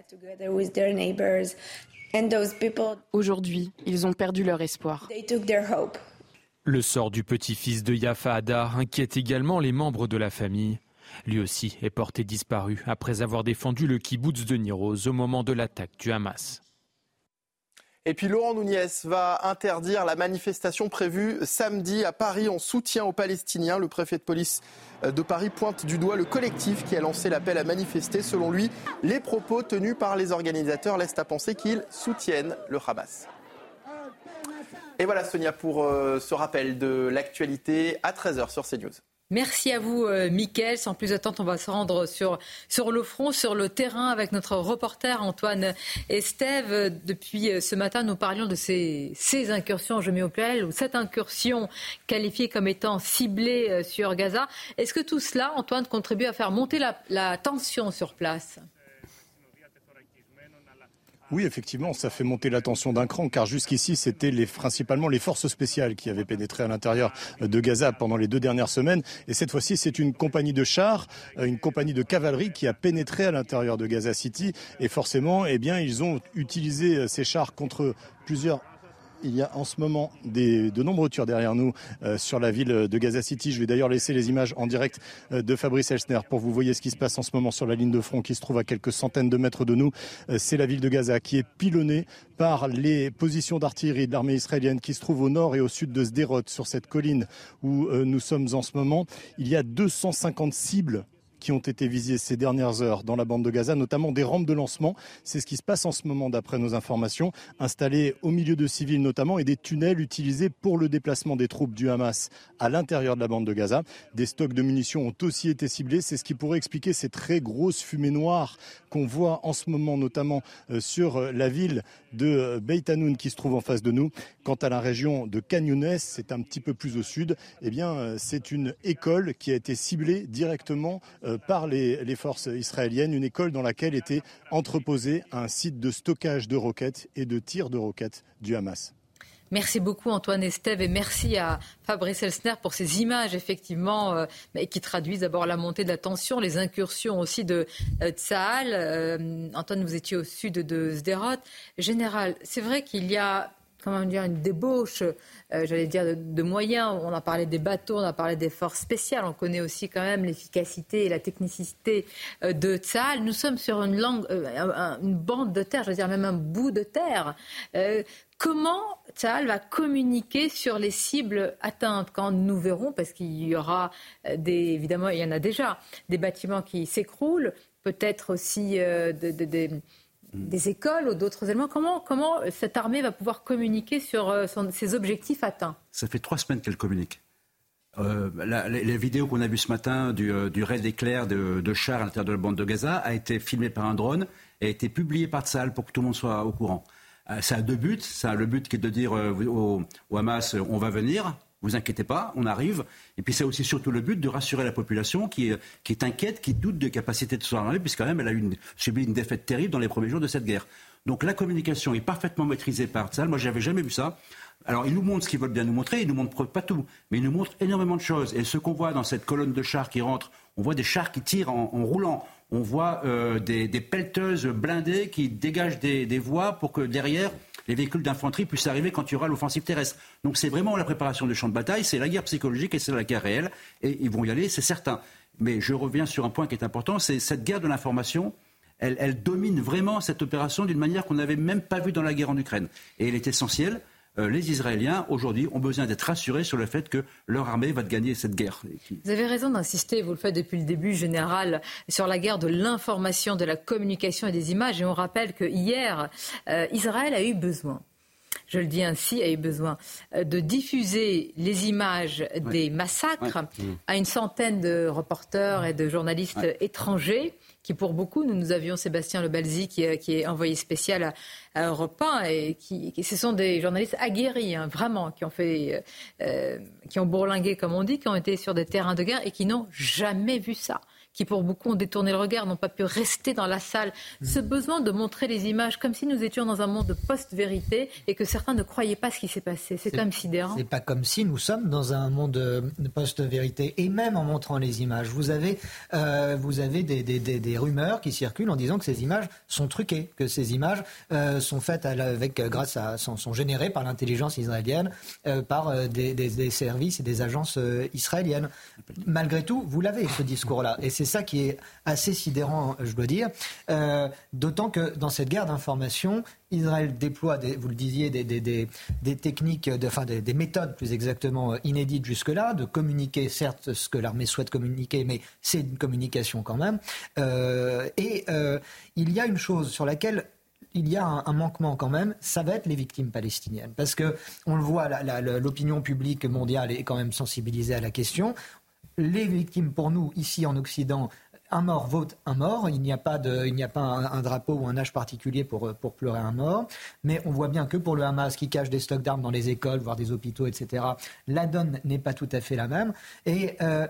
Aujourd'hui, ils ont perdu leur espoir. Le sort du petit-fils de Yafa Hadar inquiète également les membres de la famille. Lui aussi est porté disparu après avoir défendu le kibboutz de Nir Oz au moment de l'attaque du Hamas. Et puis Laurent Nunez va interdire la manifestation prévue samedi à Paris en soutien aux Palestiniens. Le préfet de police de Paris pointe du doigt le collectif qui a lancé l'appel à manifester. Selon lui, les propos tenus par les organisateurs laissent à penser qu'ils soutiennent le Hamas. Et voilà Sonia pour euh, ce rappel de l'actualité à treize heures sur CNews. Merci à vous, euh, Mickaël. Sans plus attendre, on va se rendre sur, sur le front, sur le terrain, avec notre reporter Antoine Estève. Depuis ce matin, nous parlions de ces, ces incursions, je mets au pluriel, ou cette incursion qualifiée comme étant ciblée sur Gaza. Est-ce que tout cela, Antoine, contribue à faire monter la, la tension sur place ? Oui, effectivement, ça fait monter la tension d'un cran, car jusqu'ici, c'était les, principalement les forces spéciales qui avaient pénétré à l'intérieur de Gaza pendant les deux dernières semaines. Et cette fois-ci, c'est une compagnie de chars, une compagnie de cavalerie qui a pénétré à l'intérieur de Gaza City. Et forcément, eh bien, ils ont utilisé ces chars contre plusieurs... Il y a en ce moment des, de nombreux tirs derrière nous euh, sur la ville de Gaza City. Je vais d'ailleurs laisser les images en direct euh, de Fabrice Elsner pour que vous voyez ce qui se passe en ce moment sur la ligne de front qui se trouve à quelques centaines de mètres de nous. Euh, c'est la ville de Gaza qui est pilonnée par les positions d'artillerie de l'armée israélienne qui se trouvent au nord et au sud de Sderot, sur cette colline où euh, nous sommes en ce moment. Il y a deux cent cinquante cibles qui ont été visées ces dernières heures dans la bande de Gaza, notamment des rampes de lancement. C'est ce qui se passe en ce moment d'après nos informations, installées au milieu de civils notamment, et des tunnels utilisés pour le déplacement des troupes du Hamas à l'intérieur de la bande de Gaza. Des stocks de munitions ont aussi été ciblés. C'est ce qui pourrait expliquer ces très grosses fumées noires qu'on voit en ce moment, notamment sur la ville de Beit Hanoun qui se trouve en face de nous. Quant à la région de Khan Younes, c'est un petit peu plus au sud. Eh bien, c'est une école qui a été ciblée directement par les, les forces israéliennes, une école dans laquelle était entreposé un site de stockage de roquettes et de tir de roquettes du Hamas. Merci beaucoup Antoine Estève et merci à Fabrice Elsner pour ces images effectivement euh, qui traduisent d'abord la montée de la tension, les incursions aussi de euh, Tsahal. Euh, Antoine, vous étiez au sud de Sderot. Général, c'est vrai qu'il y a comment dire, une débauche, euh, j'allais dire, de, de moyens. On a parlé des bateaux, on a parlé des forces spéciales. On connaît aussi quand même l'efficacité et la technicité euh, de Tsahal. Nous sommes sur une, langue, euh, un, une bande de terre, je veux dire même un bout de terre. Euh, comment Tsahal va communiquer sur les cibles atteintes quand nous verrons, parce qu'il y aura des, évidemment, il y en a déjà, des bâtiments qui s'écroulent, peut-être aussi euh, de... de, de des écoles ou d'autres éléments. Comment, comment cette armée va pouvoir communiquer sur euh, son, ses objectifs atteints ? Ça fait trois semaines qu'elle communique. Euh, la, les, les vidéos qu'on a vues ce matin du, euh, du raid d'éclairs de, de chars à l'intérieur de la bande de Gaza a été filmée par un drone et a été publiée par Tsahal pour que tout le monde soit au courant. Euh, ça a deux buts. Ça a le but qui est de dire euh, au, au Hamas, on va venir. Vous inquiétez pas, on arrive. Et puis c'est aussi surtout le but de rassurer la population qui est, qui est inquiète, qui doute des capacités de son armée, puisque quand même elle a une, subi une défaite terrible dans les premiers jours de cette guerre. Donc la communication est parfaitement maîtrisée par Tsahal. Moi, je n'avais jamais vu ça. Alors ils nous montrent ce qu'ils veulent bien nous montrer, ils nous montrent pas tout, mais ils nous montrent énormément de choses. Et ce qu'on voit dans cette colonne de chars qui rentre, on voit des chars qui tirent en, en roulant. On voit euh, des, des pelleteuses blindées qui dégagent des, des voies pour que derrière, les véhicules d'infanterie puissent arriver quand il y aura l'offensive terrestre. Donc c'est vraiment la préparation du champ de bataille, c'est la guerre psychologique et c'est la guerre réelle. Et ils vont y aller, c'est certain. Mais je reviens sur un point qui est important, c'est cette guerre de l'information, elle, elle domine vraiment cette opération d'une manière qu'on n'avait même pas vue dans la guerre en Ukraine. Et elle est essentielle. Euh, les Israéliens, aujourd'hui, ont besoin d'être rassurés sur le fait que leur armée va gagner cette guerre. Vous avez raison d'insister, vous le faites depuis le début, général, sur la guerre de l'information, de la communication et des images. Et on rappelle que hier, euh, Israël a eu besoin, je le dis ainsi, a eu besoin euh, de diffuser les images des ouais. massacres ouais. à une centaine de reporters et de journalistes ouais. étrangers, qui pour beaucoup, nous, nous avions Sébastien Lebalzi qui, qui est envoyé spécial à, à Europe un et qui, qui, ce sont des journalistes aguerris, hein, vraiment, qui ont fait, euh, qui ont bourlingué, comme on dit, qui ont été sur des terrains de guerre et qui n'ont jamais vu ça, qui pour beaucoup ont détourné le regard, n'ont pas pu rester dans la salle. Ce besoin de montrer les images comme si nous étions dans un monde de post-vérité et que certains ne croyaient pas ce qui s'est passé. C'est, c'est quand même sidérant. C'est pas comme si nous sommes dans un monde de post-vérité. Et même en montrant les images, vous avez, euh, vous avez des, des, des, des rumeurs qui circulent en disant que ces images sont truquées, que ces images euh, sont faites avec, grâce à, sont, sont générées par l'intelligence israélienne, euh, par euh, des, des, des services et des agences euh, israéliennes. Malgré tout, vous l'avez, ce discours-là. Et c'est ça qui est assez sidérant, je dois dire. Euh, d'autant que dans cette guerre d'information, Israël déploie, des, vous le disiez, des, des, des, des techniques, de, enfin des, des méthodes plus exactement inédites jusque-là, de communiquer, certes, ce que l'armée souhaite communiquer, mais c'est une communication quand même. Euh, et euh, il y a une chose sur laquelle il y a un, un manquement quand même, ça va être les victimes palestiniennes. Parce que on le voit, la, la, l'opinion publique mondiale est quand même sensibilisée à la question. les victimes pour nous, ici en Occident, un mort vaut un mort. Il n'y a pas, de, il n'y a pas un, un drapeau ou un âge particulier pour, pour pleurer un mort. Mais on voit bien que pour le Hamas, qui cache des stocks d'armes dans les écoles, voire des hôpitaux, et cetera, la donne n'est pas tout à fait la même. Et euh,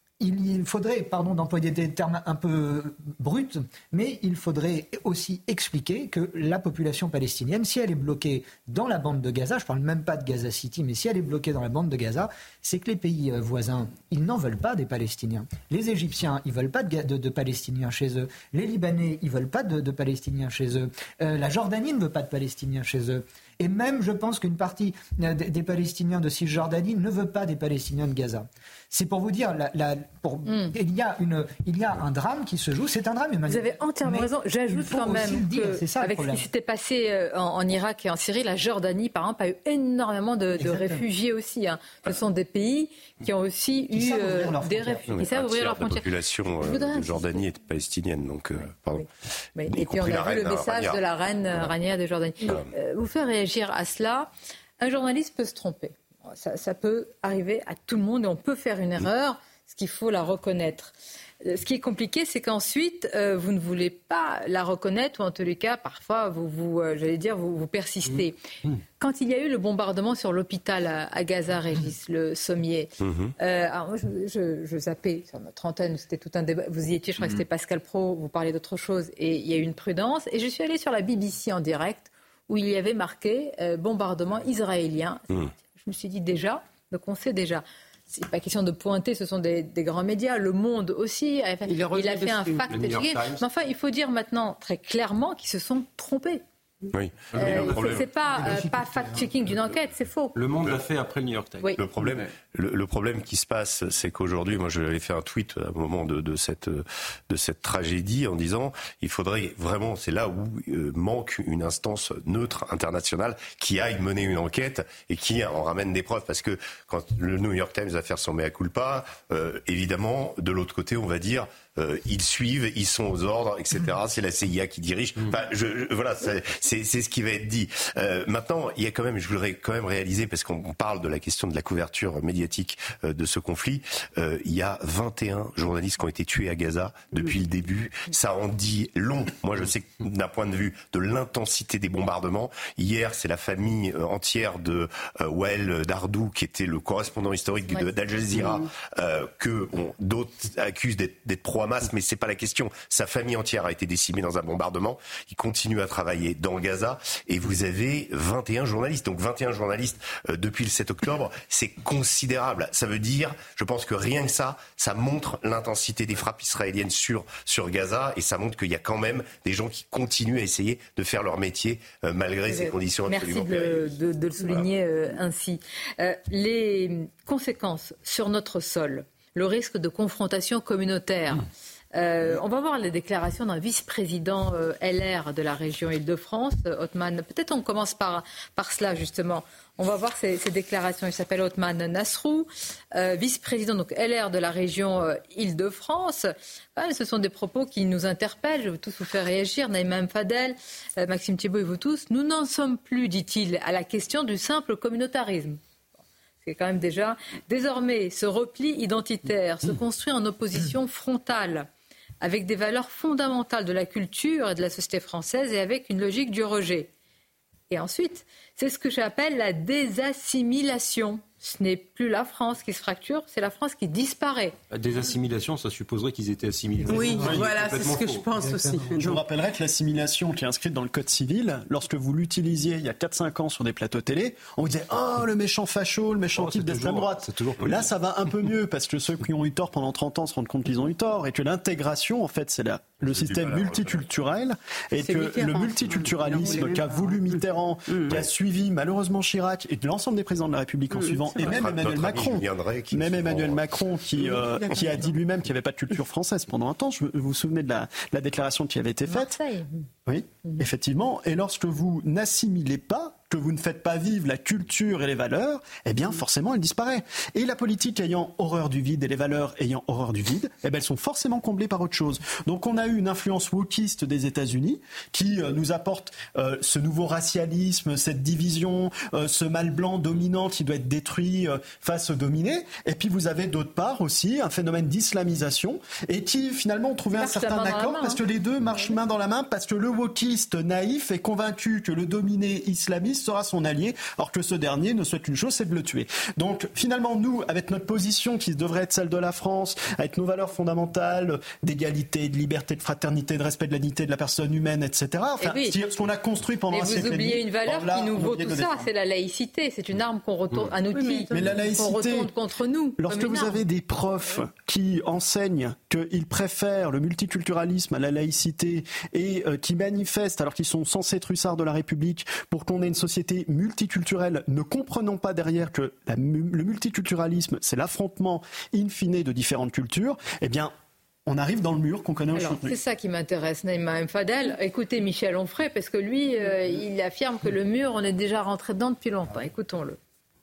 il faudrait, pardon d'employer des termes un peu bruts, mais il faudrait aussi expliquer que la population palestinienne, si elle est bloquée dans la bande de Gaza, je ne parle même pas de Gaza City, mais si elle est bloquée dans la bande de Gaza, c'est que les pays voisins, ils n'en veulent pas des Palestiniens. Les Égyptiens, ils ne veulent pas de, de, de Palestiniens chez eux. Les Libanais, ils ne veulent pas de, de Palestiniens chez eux. Euh, la Jordanie ne veut pas de Palestiniens chez eux. Et même, je pense qu'une partie des, des Palestiniens de Cisjordanie ne veut pas des Palestiniens de Gaza. C'est pour vous dire, la, la, pour, mm. il, y a une, il y a un drame qui se joue. C'est un drame, Emmanuel. Vous avez entièrement raison. J'ajoute quand même qu'avec ce qui s'était passé en, en Irak et en Syrie, la Jordanie, par exemple, a eu énormément de, de réfugiés aussi. Hein. Ce sont des pays qui ont aussi qui eu euh, des réfugiés. Qui savent ouvrir leurs frontières. La population euh, de Jordanie est palestinienne. Donc, euh, pardon. Oui. Et puis on a vu le message de la reine voilà. Rania de Jordanie. Euh, vous faire réagir à cela, un journaliste peut se tromper. Ça, ça peut arriver à tout le monde et on peut faire une erreur, ce qu'il faut la reconnaître. Ce qui est compliqué, c'est qu'ensuite, euh, vous ne voulez pas la reconnaître, ou en tous les cas, parfois, vous, vous, euh, j'allais dire, vous, vous persistez. Mmh. Quand il y a eu le bombardement sur l'hôpital à, à Gaza, Régis, le sommier, mmh. euh, alors moi, je, je, je zappais sur notre antenne, c'était tout un débat. Vous y étiez, je crois mmh. que c'était Pascal Praud, vous parliez d'autre chose, et il y a eu une prudence. Et je suis allée sur la B B C en direct, où il y avait marqué euh, bombardement israélien. Mmh. Je me suis dit déjà, donc on sait déjà. C'est pas question de pointer, ce sont des, des grands médias. Le Monde aussi, il, il, il a fait un fact-checking. Mais enfin, il faut dire maintenant très clairement qu'ils se sont trompés. Oui. Euh, c'est, c'est pas, euh, pas fact-checking d'une enquête, c'est faux. Le Monde l'a fait après le New York Times. Oui. Le problème, le, le problème qui se passe, c'est qu'aujourd'hui, moi, j'avais fait un tweet à un moment de, de cette de cette tragédie en disant, il faudrait vraiment, c'est là où euh, manque une instance neutre internationale qui aille mener une enquête et qui en ramène des preuves, parce que quand le New York Times va faire son mea culpa, euh, évidemment, de l'autre côté, on va dire. Euh, ils suivent, ils sont aux ordres, et cetera. C'est la C I A qui dirige. Enfin, je, je, voilà, c'est, c'est, c'est ce qui va être dit. Euh, maintenant, il y a quand même, je voudrais quand même réaliser, parce qu'on parle de la question de la couverture médiatique euh, de ce conflit, euh, il y a vingt et un journalistes qui ont été tués à Gaza depuis le début. Ça en dit long. Moi, je sais que d'un point de vue de l'intensité des bombardements, hier, c'est la famille euh, entière de euh, Wael Dardou, qui était le correspondant historique de, d'Al Jazeera, euh, que bon, d'autres accusent d'être, d'être pro Hamas, mais c'est pas la question. Sa famille entière a été décimée dans un bombardement. Il continue à travailler dans Gaza et vous avez vingt et un journalistes. Donc vingt et un journalistes euh, depuis le sept octobre, c'est considérable. Ça veut dire, je pense que rien que ça, ça montre l'intensité des frappes israéliennes sur sur Gaza et ça montre qu'il y a quand même des gens qui continuent à essayer de faire leur métier euh, malgré ces conditions absolument périlleuses. Merci de, de, de le souligner voilà. euh, ainsi. Euh, les conséquences sur notre sol. Le risque de confrontation communautaire. Mmh. Euh, on va voir les déclarations d'un vice-président euh, L R de la région Île-de-France, euh, Othman. Peut-être on commence par, par cela, justement. On va voir ces, ces déclarations. Il s'appelle Othman Nasrou, euh, vice-président donc L R de la région euh, Île-de-France. Ouais, ce sont des propos qui nous interpellent. Je veux tous vous faire réagir. Naïma Mfadel, euh, Maxime Thibault et vous tous. Nous n'en sommes plus, dit-il, à la question du simple communautarisme. C'est quand même déjà... Désormais, ce repli identitaire se construit en opposition frontale avec des valeurs fondamentales de la culture et de la société française et avec une logique du rejet. Et ensuite, c'est ce que j'appelle la désassimilation. Ce n'est plus la France qui se fracture, c'est la France qui disparaît. La désassimilation, ça supposerait qu'ils étaient assimilés. Oui, oui voilà, c'est ce que faux. je pense aussi. Je vous rappellerai que l'assimilation qui est inscrite dans le Code civil, lorsque vous l'utilisiez il y a quatre cinq ans sur des plateaux télé, on vous disait « Oh, le méchant facho, le méchant oh, type d'extrême droite ». Là, ça va un peu mieux, parce que ceux qui ont eu tort pendant trente ans se rendent compte qu'ils ont eu tort, et que l'intégration, en fait, c'est la, le c'est système multiculturel, et c'est que Mitterrand. Le multiculturalisme qu'a voulu Mitterrand, mmh. qui a suivi malheureusement Chirac, et l'ensemble des présidents de la République en mmh. suivant, et même Emmanuel Macron, même Emmanuel Macron qui, euh, qui a dit lui-même qu'il n'y avait pas de culture française pendant un temps. Je, vous vous souvenez de la, la déclaration qui avait été faite ? Marseille. Oui, mmh. effectivement. Et lorsque vous n'assimilez pas que vous ne faites pas vivre la culture et les valeurs, eh bien forcément elle disparaît. Et la politique ayant horreur du vide et les valeurs ayant horreur du vide, eh bien elles sont forcément comblées par autre chose. Donc on a eu une influence wokiste des États-Unis qui euh, nous apporte euh, ce nouveau racialisme, cette division, euh, ce mal blanc dominant qui doit être détruit euh, face aux dominés. Et puis vous avez d'autre part aussi un phénomène d'islamisation et qui finalement ont trouvé un certain accord parce que les deux marchent main dans la main, parce que le wokiste naïf est convaincu que le dominé islamiste sera son allié, alors que ce dernier ne souhaite qu'une chose, c'est de le tuer. Donc finalement, nous, avec notre position qui devrait être celle de la France, avec nos valeurs fondamentales d'égalité, de liberté, de fraternité, de respect de la dignité de la personne humaine, et cetera, enfin, oui. ce qu'on a construit pendant mais un siècle et demi. Vous oubliez une valeur là, qui nous vaut tout ça, c'est la laïcité. C'est une arme qu'on retourne, mmh. un outil oui, mais, mais la laïcité, qu'on retourne contre nous. Lorsque vous avez des profs qui enseignent qu'ils préfèrent le multiculturalisme à la laïcité et euh, qui manifestent alors qu'ils sont censés être hussards de la République pour qu'on ait une société multiculturelle, ne comprenant pas derrière que la, le multiculturalisme, c'est l'affrontement in fine de différentes cultures, eh bien, on arrive dans le mur qu'on connaît aujourd'hui. C'est ça qui m'intéresse, Naïma M. Fadel. Écoutez Michel Onfray, parce que lui, euh, il affirme que le mur, on est déjà rentré dedans depuis longtemps. Écoutons-le.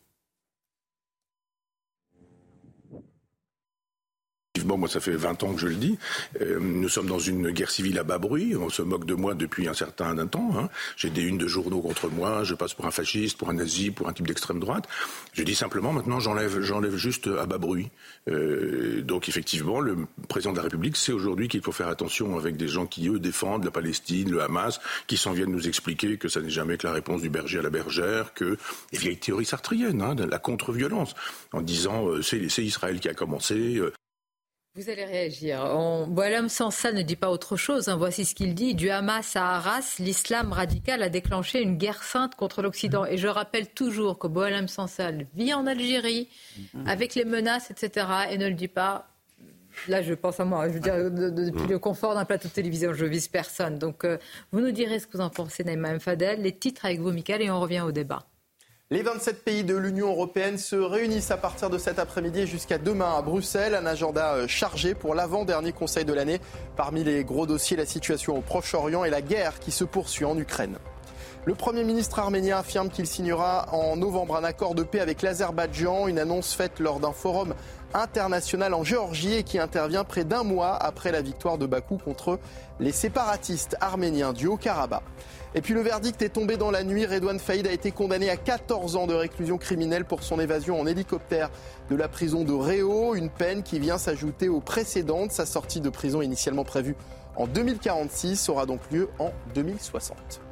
Moi, ça fait vingt ans que je le dis. Euh, nous sommes dans une guerre civile à bas bruit. On se moque de moi depuis un certain temps. Hein. J'ai des unes de journaux contre moi. Je passe pour un fasciste, pour un nazi, pour un type d'extrême droite. Je dis simplement, maintenant, j'enlève, j'enlève juste à bas bruit. Euh, donc, effectivement, le président de la République sait aujourd'hui qu'il faut faire attention avec des gens qui, eux, défendent la Palestine, le Hamas, qui s'en viennent nous expliquer que ça n'est jamais que la réponse du berger à la bergère, que les vieilles théories sartriennes, hein, de la contre-violence, en disant euh, c'est, c'est Israël qui a commencé. Euh, Vous allez réagir. On... Boualem Sansal ne dit pas autre chose. Hein. Voici ce qu'il dit. Du Hamas à Arras, l'islam radical a déclenché une guerre sainte contre l'Occident. Et je rappelle toujours que Boualem Sansal vit en Algérie avec les menaces, et cetera. Et ne le dit pas. Là, je pense à moi. Je veux dire, de, de, depuis le confort d'un plateau de télévision, je vise personne. Donc, euh, vous nous direz ce que vous en pensez, Naïma M. Fadel. Les titres avec vous, Mickaël, et on revient au débat. Les vingt-sept pays de l'Union européenne se réunissent à partir de cet après-midi jusqu'à demain à Bruxelles. Un agenda chargé pour l'avant-dernier Conseil de l'année. Parmi les gros dossiers, la situation au Proche-Orient et la guerre qui se poursuit en Ukraine. Le Premier ministre arménien affirme qu'il signera en novembre un accord de paix avec l'Azerbaïdjan. Une annonce faite lors d'un forum international en Géorgie et qui intervient près d'un mois après la victoire de Bakou contre les séparatistes arméniens du Haut-Karabakh. Et puis le verdict est tombé dans la nuit. Redouane Faïd a été condamné à quatorze ans de réclusion criminelle pour son évasion en hélicoptère de la prison de Réau. Une peine qui vient s'ajouter aux précédentes. Sa sortie de prison initialement prévue en deux mille quarante-six aura donc lieu en deux mille soixante.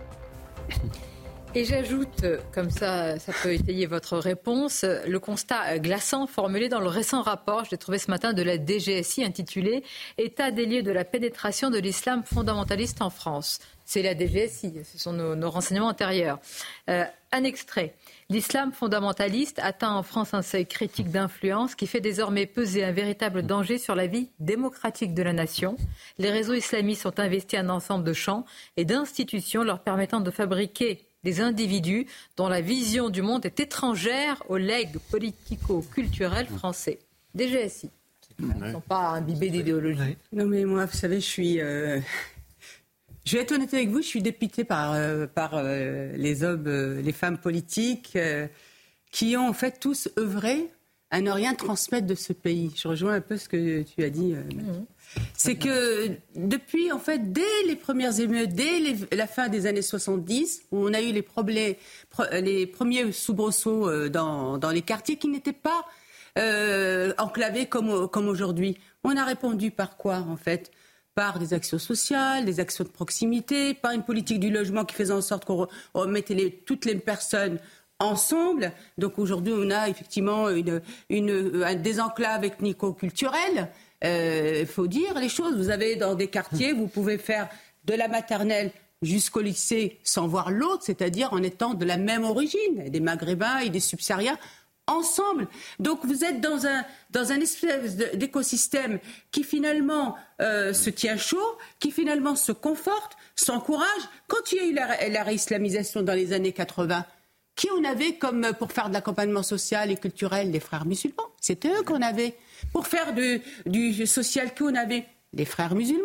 Et j'ajoute, comme ça, ça peut étayer votre réponse, le constat glaçant formulé dans le récent rapport, je l'ai trouvé ce matin, de la D G S I intitulé « État des lieux de la pénétration de l'islam fondamentaliste en France ». C'est la D G S I, ce sont nos, nos renseignements antérieurs. Euh, un extrait. L'islam fondamentaliste atteint en France un seuil critique d'influence qui fait désormais peser un véritable danger sur la vie démocratique de la nation. Les réseaux islamistes ont investi un ensemble de champs et d'institutions leur permettant de fabriquer des individus dont la vision du monde est étrangère au legs politico-culturel français. D G S I. Ils ne sont pas imbibés d'idéologie. Non mais moi, vous savez, je suis... Euh... Je vais être honnête avec vous, je suis dépitée par, euh, par euh, les hommes, euh, les femmes politiques euh, qui ont en fait tous œuvré à ne rien transmettre de ce pays. Je rejoins un peu ce que tu as dit. Euh, mmh. C'est que depuis, en fait, dès les premières émeutes, dès les, la fin des années soixante-dix, où on a eu les, problèmes, les premiers soubresauts euh, dans, dans les quartiers qui n'étaient pas euh, enclavés comme, comme aujourd'hui, on a répondu par quoi, en fait ? Par des actions sociales, des actions de proximité, par une politique du logement qui faisait en sorte qu'on remettait les, toutes les personnes ensemble. Donc aujourd'hui, on a effectivement une, une, un désenclave ethnico-culturel. Il euh, faut dire les choses. Vous avez dans des quartiers, vous pouvez faire de la maternelle jusqu'au lycée sans voir l'autre, c'est-à-dire en étant de la même origine, des Maghrébins et des Subsahariens ensemble. Donc vous êtes dans un, dans un espèce d'écosystème qui finalement euh, se tient chaud, qui finalement se conforte, s'encourage. Quand il y a eu la, la réislamisation dans les années quatre-vingts, qui on avait comme pour faire de l'accompagnement social et culturel? Les frères musulmans. C'était eux qu'on avait. Pour faire du, du social, qui on avait? Les frères musulmans.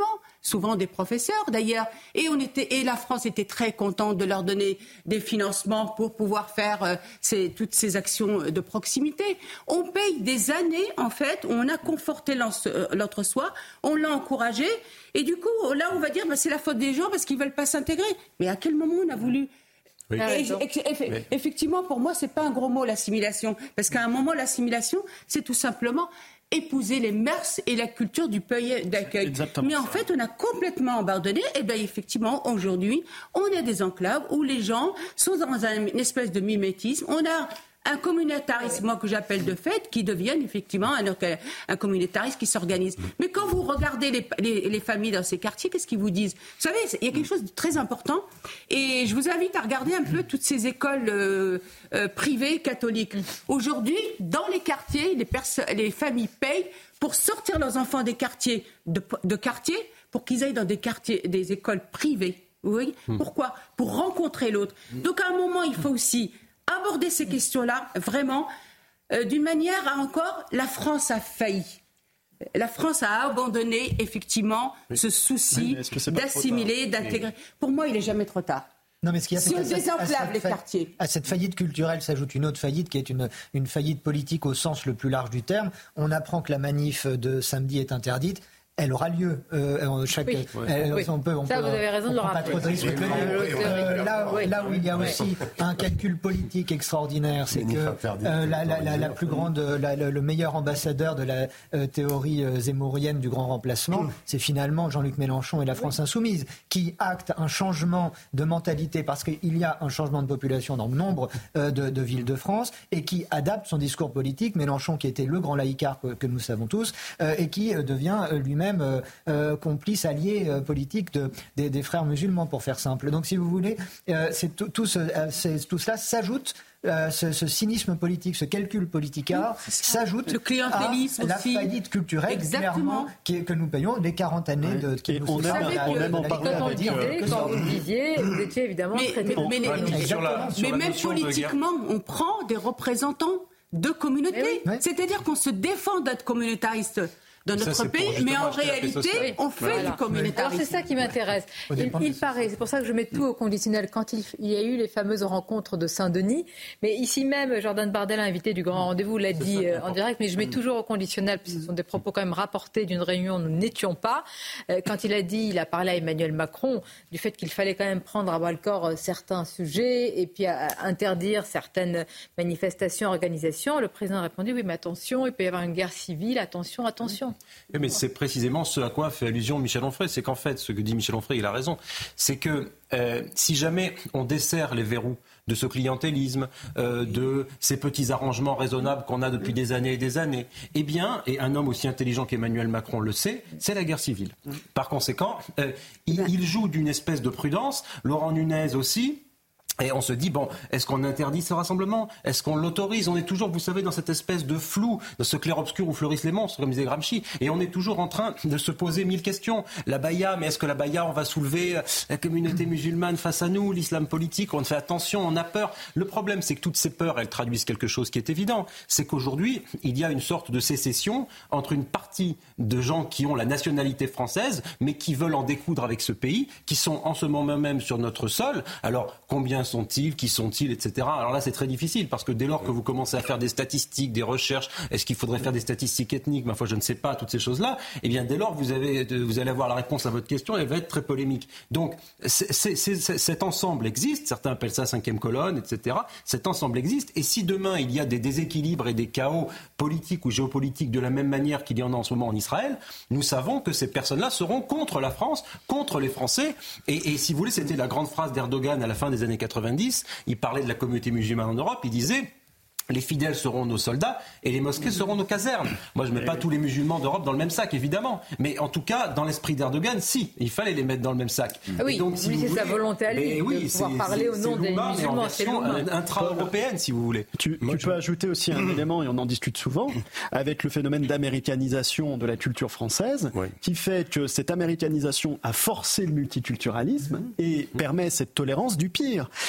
souvent des professeurs d'ailleurs. Et, on était, et la France était très contente de leur donner des financements pour pouvoir faire euh, ces, toutes ces actions de proximité. On paye des années, en fait, où on a conforté l'entre-soi, on l'a encouragé. Et du coup, là, on va dire, bah, c'est la faute des gens parce qu'ils ne veulent pas s'intégrer. Mais à quel moment on a voulu... Oui. Et, et, et, effectivement, pour moi, c'est pas un gros mot, l'assimilation. Parce qu'à un moment, l'assimilation, c'est tout simplement épouser les mœurs et la culture du pays d'accueil. Mais en fait, on a complètement abandonné. Et bien, effectivement, aujourd'hui, on a des enclaves où les gens sont dans un, une espèce de mimétisme. On a un communautarisme, moi, que j'appelle de fait, qui devienne effectivement un, un communautarisme qui s'organise. Mais quand vous regardez les, les, les familles dans ces quartiers, qu'est-ce qu'ils vous disent? Vous savez, il y a quelque chose de très important. Et je vous invite à regarder un peu toutes ces écoles euh, euh, privées catholiques. Aujourd'hui, dans les quartiers, les, perso- les familles payent pour sortir leurs enfants des quartiers de, de quartiers, pour qu'ils aillent dans des quartiers, des écoles privées. Oui. Mmh. Pourquoi? Pour rencontrer l'autre. Donc à un moment, il faut aussi aborder ces questions-là, vraiment, euh, d'une manière à encore, la France a failli. La France a abandonné, effectivement, oui. ce souci oui, d'assimiler, d'intégrer. Oui. Pour moi, il n'est jamais trop tard. Non, mais ce qu'il y a, si on désenclave les quartiers. À cette faillite culturelle s'ajoute une autre faillite qui est une, une faillite politique au sens le plus large du terme. On apprend que la manif de samedi est interdite. Elle aura lieu. Euh, chaque, oui. elle, oui. On peut, on Ça, peut, vous avez raison de le rappeler. Euh, là, oui. là où il y a aussi un calcul politique extraordinaire, c'est que euh, la, la, la, la plus grande, la, le meilleur ambassadeur de la euh, théorie euh, zémourienne du grand remplacement, c'est finalement Jean-Luc Mélenchon et la France insoumise, qui actent un changement de mentalité, parce qu'il y a un changement de population dans nombre euh, de, de villes de France, et qui adapte son discours politique. Mélenchon, qui était le grand laïcard que, que nous savons tous, euh, et qui euh, devient euh, lui-même même euh, euh, complice, allié euh, politique de, des, des frères musulmans, pour faire simple. Donc, si vous voulez, euh, c'est tout, tout, ce, euh, c'est, tout cela s'ajoute. Euh, ce, ce cynisme politique, ce calcul politicard, oui, s'ajoute le clientélisme à aussi. La faillite culturelle, clairement, qui, que nous payons les quarante années ouais. de... Qui et nous on aime, on aime en parler quand avec... On disait, quand vous le disiez, vous étiez évidemment mais, traité... Mais, mais, mais, sur la, sur mais même politiquement, on prend des représentants de communautés. Oui. C'est-à-dire qu'on se défend d'être communautariste dans notre ça, pays, mais en réalité, on fait voilà. du communautarisme. Alors c'est ça qui m'intéresse. Il, il paraît, c'est pour ça que je mets tout au conditionnel, quand il, il y a eu les fameuses rencontres de Saint-Denis, mais ici même, Jordan Bardella, invité du Grand Rendez-vous, l'a dit ça, euh, en direct, mais je mets toujours au conditionnel, parce que ce sont des propos quand même rapportés d'une réunion où nous n'étions pas. Euh, quand il a dit, il a parlé à Emmanuel Macron, du fait qu'il fallait quand même prendre à bras-le-corps euh, certains sujets, et puis à, à interdire certaines manifestations, organisations, le président a répondu, oui, mais attention, il peut y avoir une guerre civile, attention, attention. Oui, mais c'est précisément ce à quoi fait allusion Michel Onfray. C'est qu'en fait, ce que dit Michel Onfray, il a raison. C'est que euh, si jamais on desserre les verrous de ce clientélisme, euh, de ces petits arrangements raisonnables qu'on a depuis des années et des années, eh bien, et un homme aussi intelligent qu'Emmanuel Macron le sait, c'est la guerre civile. Par conséquent, euh, il, il joue d'une espèce de prudence. Laurent Nunez aussi. Et on se dit, bon, est-ce qu'on interdit ce rassemblement? Est-ce qu'on l'autorise? On est toujours, vous savez, dans cette espèce de flou, dans ce clair-obscur où fleurissent les monstres, comme disait Gramsci. Et on est toujours en train de se poser mille questions. La Baïa, mais est-ce que la Baïa, on va soulever la communauté musulmane face à nous, l'islam politique? On fait attention, on a peur. Le problème, c'est que toutes ces peurs, elles traduisent quelque chose qui est évident. C'est qu'aujourd'hui, il y a une sorte de sécession entre une partie de gens qui ont la nationalité française, mais qui veulent en découdre avec ce pays, qui sont en ce moment même sur notre sol. Alors, combien sont-ils, qui sont-ils, et cetera. Alors là, c'est très difficile, parce que dès lors que vous commencez à faire des statistiques, des recherches, est-ce qu'il faudrait faire des statistiques ethniques? Ma foi, je ne sais pas, toutes ces choses-là. Eh bien, dès lors, vous, avez, vous allez avoir la réponse à votre question, et elle va être très polémique. Donc, c'est, c'est, c'est, cet ensemble existe, certains appellent ça cinquième colonne, et cetera. Cet ensemble existe, et si demain, il y a des déséquilibres et des chaos politiques ou géopolitiques de la même manière qu'il y en a en ce moment en Israël, nous savons que ces personnes-là seront contre la France, contre les Français, et, et si vous voulez, c'était la grande phrase d'Erdogan à la fin des années quatre-vingt-dix. Il parlait de la communauté musulmane en Europe, il disait les fidèles seront nos soldats et les mosquées seront nos casernes. Moi, je ne mets pas tous les musulmans d'Europe dans le même sac, évidemment. Mais en tout cas, dans l'esprit d'Erdogan, si, il fallait les mettre dans le même sac. Ah oui, donc, si oui, c'est voulez, sa volonté à lui oui, de pouvoir c'est, parler c'est, au nom des musulmans. C'est une intra-européenne, si vous voulez. Tu, Moi, tu je... peux ajouter aussi un élément, et on en discute souvent, avec le phénomène d'américanisation de la culture française, oui. qui fait que cette américanisation a forcé le multiculturalisme et permet cette tolérance du pire.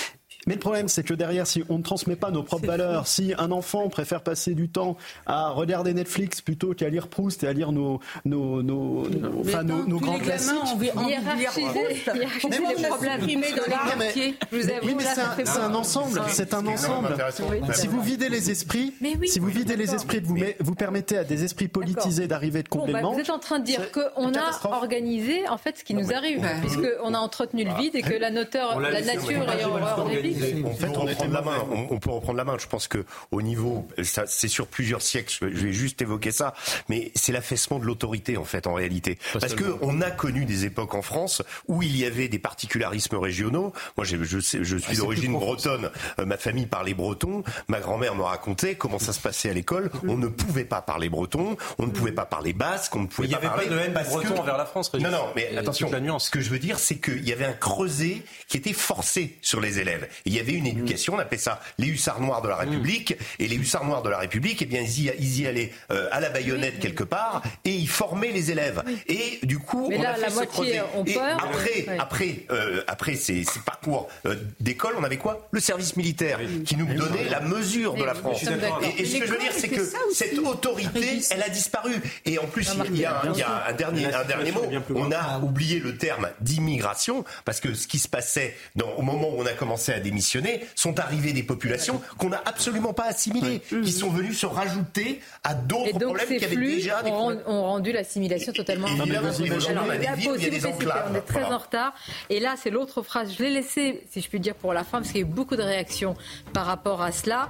Mais le problème, c'est que derrière, si on ne transmet pas nos propres valeurs, si un enfant préfère passer du temps à regarder Netflix plutôt qu'à lire Proust et à lire nos, nos, nos, nos, enfin, nos, nos grands classiques. On veut hiérarchiser les problèmes dans les quartiers. Oui, mais c'est un, un ensemble. C'est un ensemble. Si vous videz les esprits, oui, si vous videz les esprits, vous, met, vous permettez à des esprits politisés d'arriver de combler bon, le bah, manche. Vous êtes en train de dire qu'on a organisé en fait ce qui nous arrive, ouais. puisqu'on a entretenu le vide et que la, noteur, la nature est horreur des vides. En fait, on, on, la main. On, on peut reprendre la main. Je pense que au niveau, ça, c'est sur plusieurs siècles. Je vais juste évoquer ça, mais c'est l'affaissement de l'autorité en fait, en réalité, Pas parce que on a connu des époques en France où il y avait des particularismes régionaux. Moi, j'ai, je, sais, je suis ah, d'origine bretonne. Euh, ma famille parlait breton. Ma grand-mère me racontait comment ça se passait à l'école. Mmh. On ne pouvait pas parler breton. On ne pouvait pas parler basque. On ne pouvait il pas parler. Il n'y avait pas de haine breton envers la France. Régis. Non, non, mais attention. La nuance. Ce que je veux dire, c'est qu'il y avait un creuset qui était forcé sur les élèves. Et il y avait une éducation. On appelait ça les hussards noirs de la République. Mmh. Et les hussards noirs de la République, eh bien, ils y, ils y allaient euh, à la baïonnette quelque part et ils formaient les élèves. Oui. Et du coup, mais on là, a fait la ce moitié creuset. ont Et peur. après, ouais. après, euh, après ces, ces parcours euh, d'école, on avait quoi ? Le service militaire, oui. qui nous oui. donnait la mesure oui. de la France. Et, et ce que je veux dire, c'est que cette autorité, elle a disparu. Et en plus, il y a, il y a un dernier, un dernier mot. On a oublié le terme d'immigration parce que ce qui se passait dans, au moment où on a commencé à démissionner, sont arrivées des populations qu'on n'a absolument pas assimilées, oui. qui sont venues se rajouter à d'autres et donc, problèmes qui avaient déjà des problèmes. ont rendu l'assimilation totalement. Et, et, Alors, il y a des villes, il y a des enclaves. On est très voilà. en retard. Et là, c'est l'autre phrase. Je l'ai laissée, si je puis dire, pour la fin, parce qu'il y a eu beaucoup de réactions par rapport à cela.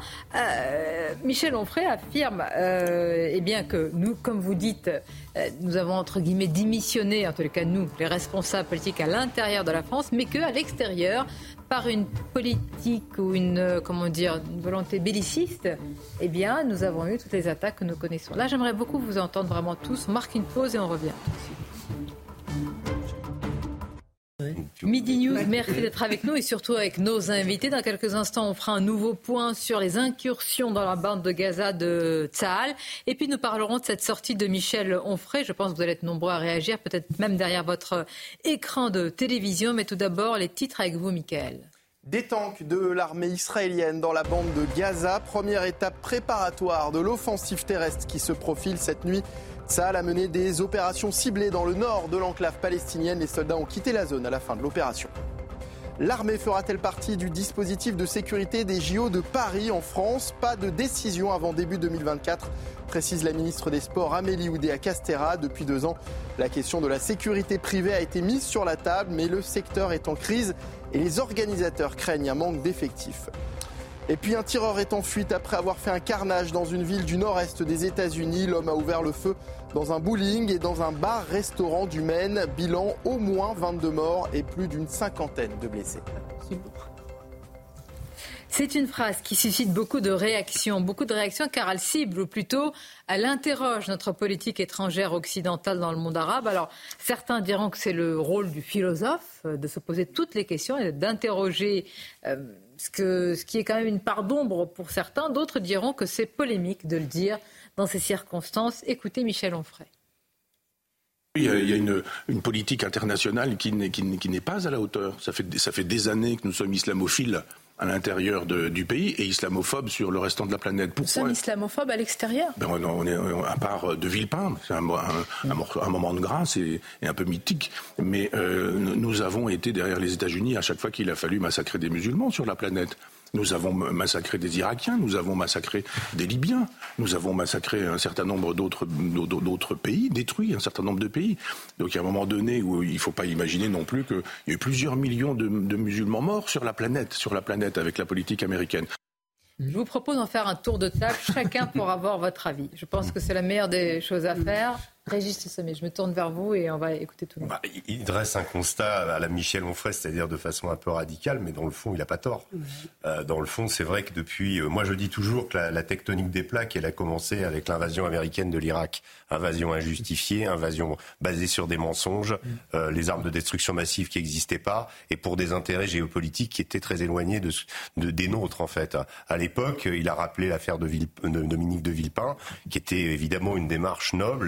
Euh, Michel Onfray affirme euh, eh bien que nous, comme vous dites, euh, nous avons entre guillemets démissionné, en tous les cas nous, les responsables politiques à l'intérieur de la France, mais qu'à l'extérieur, par une politique ou une, euh, comment dire, une volonté belliciste, eh bien, nous avons eu toutes les attaques que nous connaissons. Là, j'aimerais beaucoup vous entendre vraiment tous. On marque une pause et on revient tout de suite. Midi News, merci d'être avec nous et surtout avec nos invités. Dans quelques instants, on fera un nouveau point sur les incursions dans la bande de Gaza de Tsahal. Et puis nous parlerons de cette sortie de Michel Onfray. Je pense que vous allez être nombreux à réagir, peut-être même derrière votre écran de télévision. Mais tout d'abord, les titres avec vous, Mickaël. Des tanks de l'armée israélienne dans la bande de Gaza. Première étape préparatoire de l'offensive terrestre qui se profile cette nuit. Tsahal a mené des opérations ciblées dans le nord de l'enclave palestinienne. Les soldats ont quitté la zone à la fin de l'opération. L'armée fera-t-elle partie du dispositif de sécurité des J O de Paris en France ? Pas de décision avant début deux mille vingt-quatre, précise la ministre des Sports Amélie Oudéa-Castéra. Depuis deux ans, la question de la sécurité privée a été mise sur la table, mais le secteur est en crise et les organisateurs craignent un manque d'effectifs. Et puis un tireur est en fuite après avoir fait un carnage dans une ville du nord-est des États-Unis. L'homme a ouvert le feu dans un bowling et dans un bar-restaurant du Maine. Bilan, au moins vingt-deux morts et plus d'une cinquantaine de blessés. C'est une phrase qui suscite beaucoup de réactions, beaucoup de réactions car elle cible, ou plutôt elle interroge notre politique étrangère occidentale dans le monde arabe. Alors certains diront que c'est le rôle du philosophe de se poser toutes les questions et d'interroger euh, ce, que, ce qui est quand même une part d'ombre pour certains. D'autres diront que c'est polémique de le dire dans ces circonstances. Écoutez Michel Onfray. Il y a, il y a une, une politique internationale qui n'est, qui, qui n'est pas à la hauteur. Ça fait, ça fait des années que nous sommes islamophiles à l'intérieur de, du pays et islamophobes sur le restant de la planète. Pourquoi ? Nous sommes islamophobes à l'extérieur. Ben on, on est, à part de Villepin, c'est un, un, un, un moment de grâce et, et un peu mythique, mais euh, nous avons été derrière les États-Unis à chaque fois qu'il a fallu massacrer des musulmans sur la planète. Nous avons massacré des Irakiens, nous avons massacré des Libyens, nous avons massacré un certain nombre d'autres, d'autres pays, détruit un certain nombre de pays. Donc il y a un moment donné où il ne faut pas imaginer non plus qu'il y a eu plusieurs millions de, de musulmans morts sur la planète, sur la planète avec la politique américaine. Je vous propose d'en faire un tour de table, chacun pour avoir votre avis. Je pense que c'est la meilleure des choses à faire. Régis Sommet, je me tourne vers vous et on va écouter tout le monde. Bah, il dresse un constat à la Michel Onfray, c'est-à-dire de façon un peu radicale, mais dans le fond, il n'a pas tort. Ouais. Euh, dans le fond, c'est vrai que depuis... Euh, moi, je dis toujours que la, la tectonique des plaques, elle a commencé avec l'invasion américaine de l'Irak. Invasion injustifiée, invasion basée sur des mensonges, euh, les armes de destruction massive qui n'existaient pas, et pour des intérêts géopolitiques qui étaient très éloignés de, de, des nôtres, en fait. À l'époque, il a rappelé l'affaire de, Ville, de Dominique de Villepin, qui était évidemment une démarche noble sur laquelle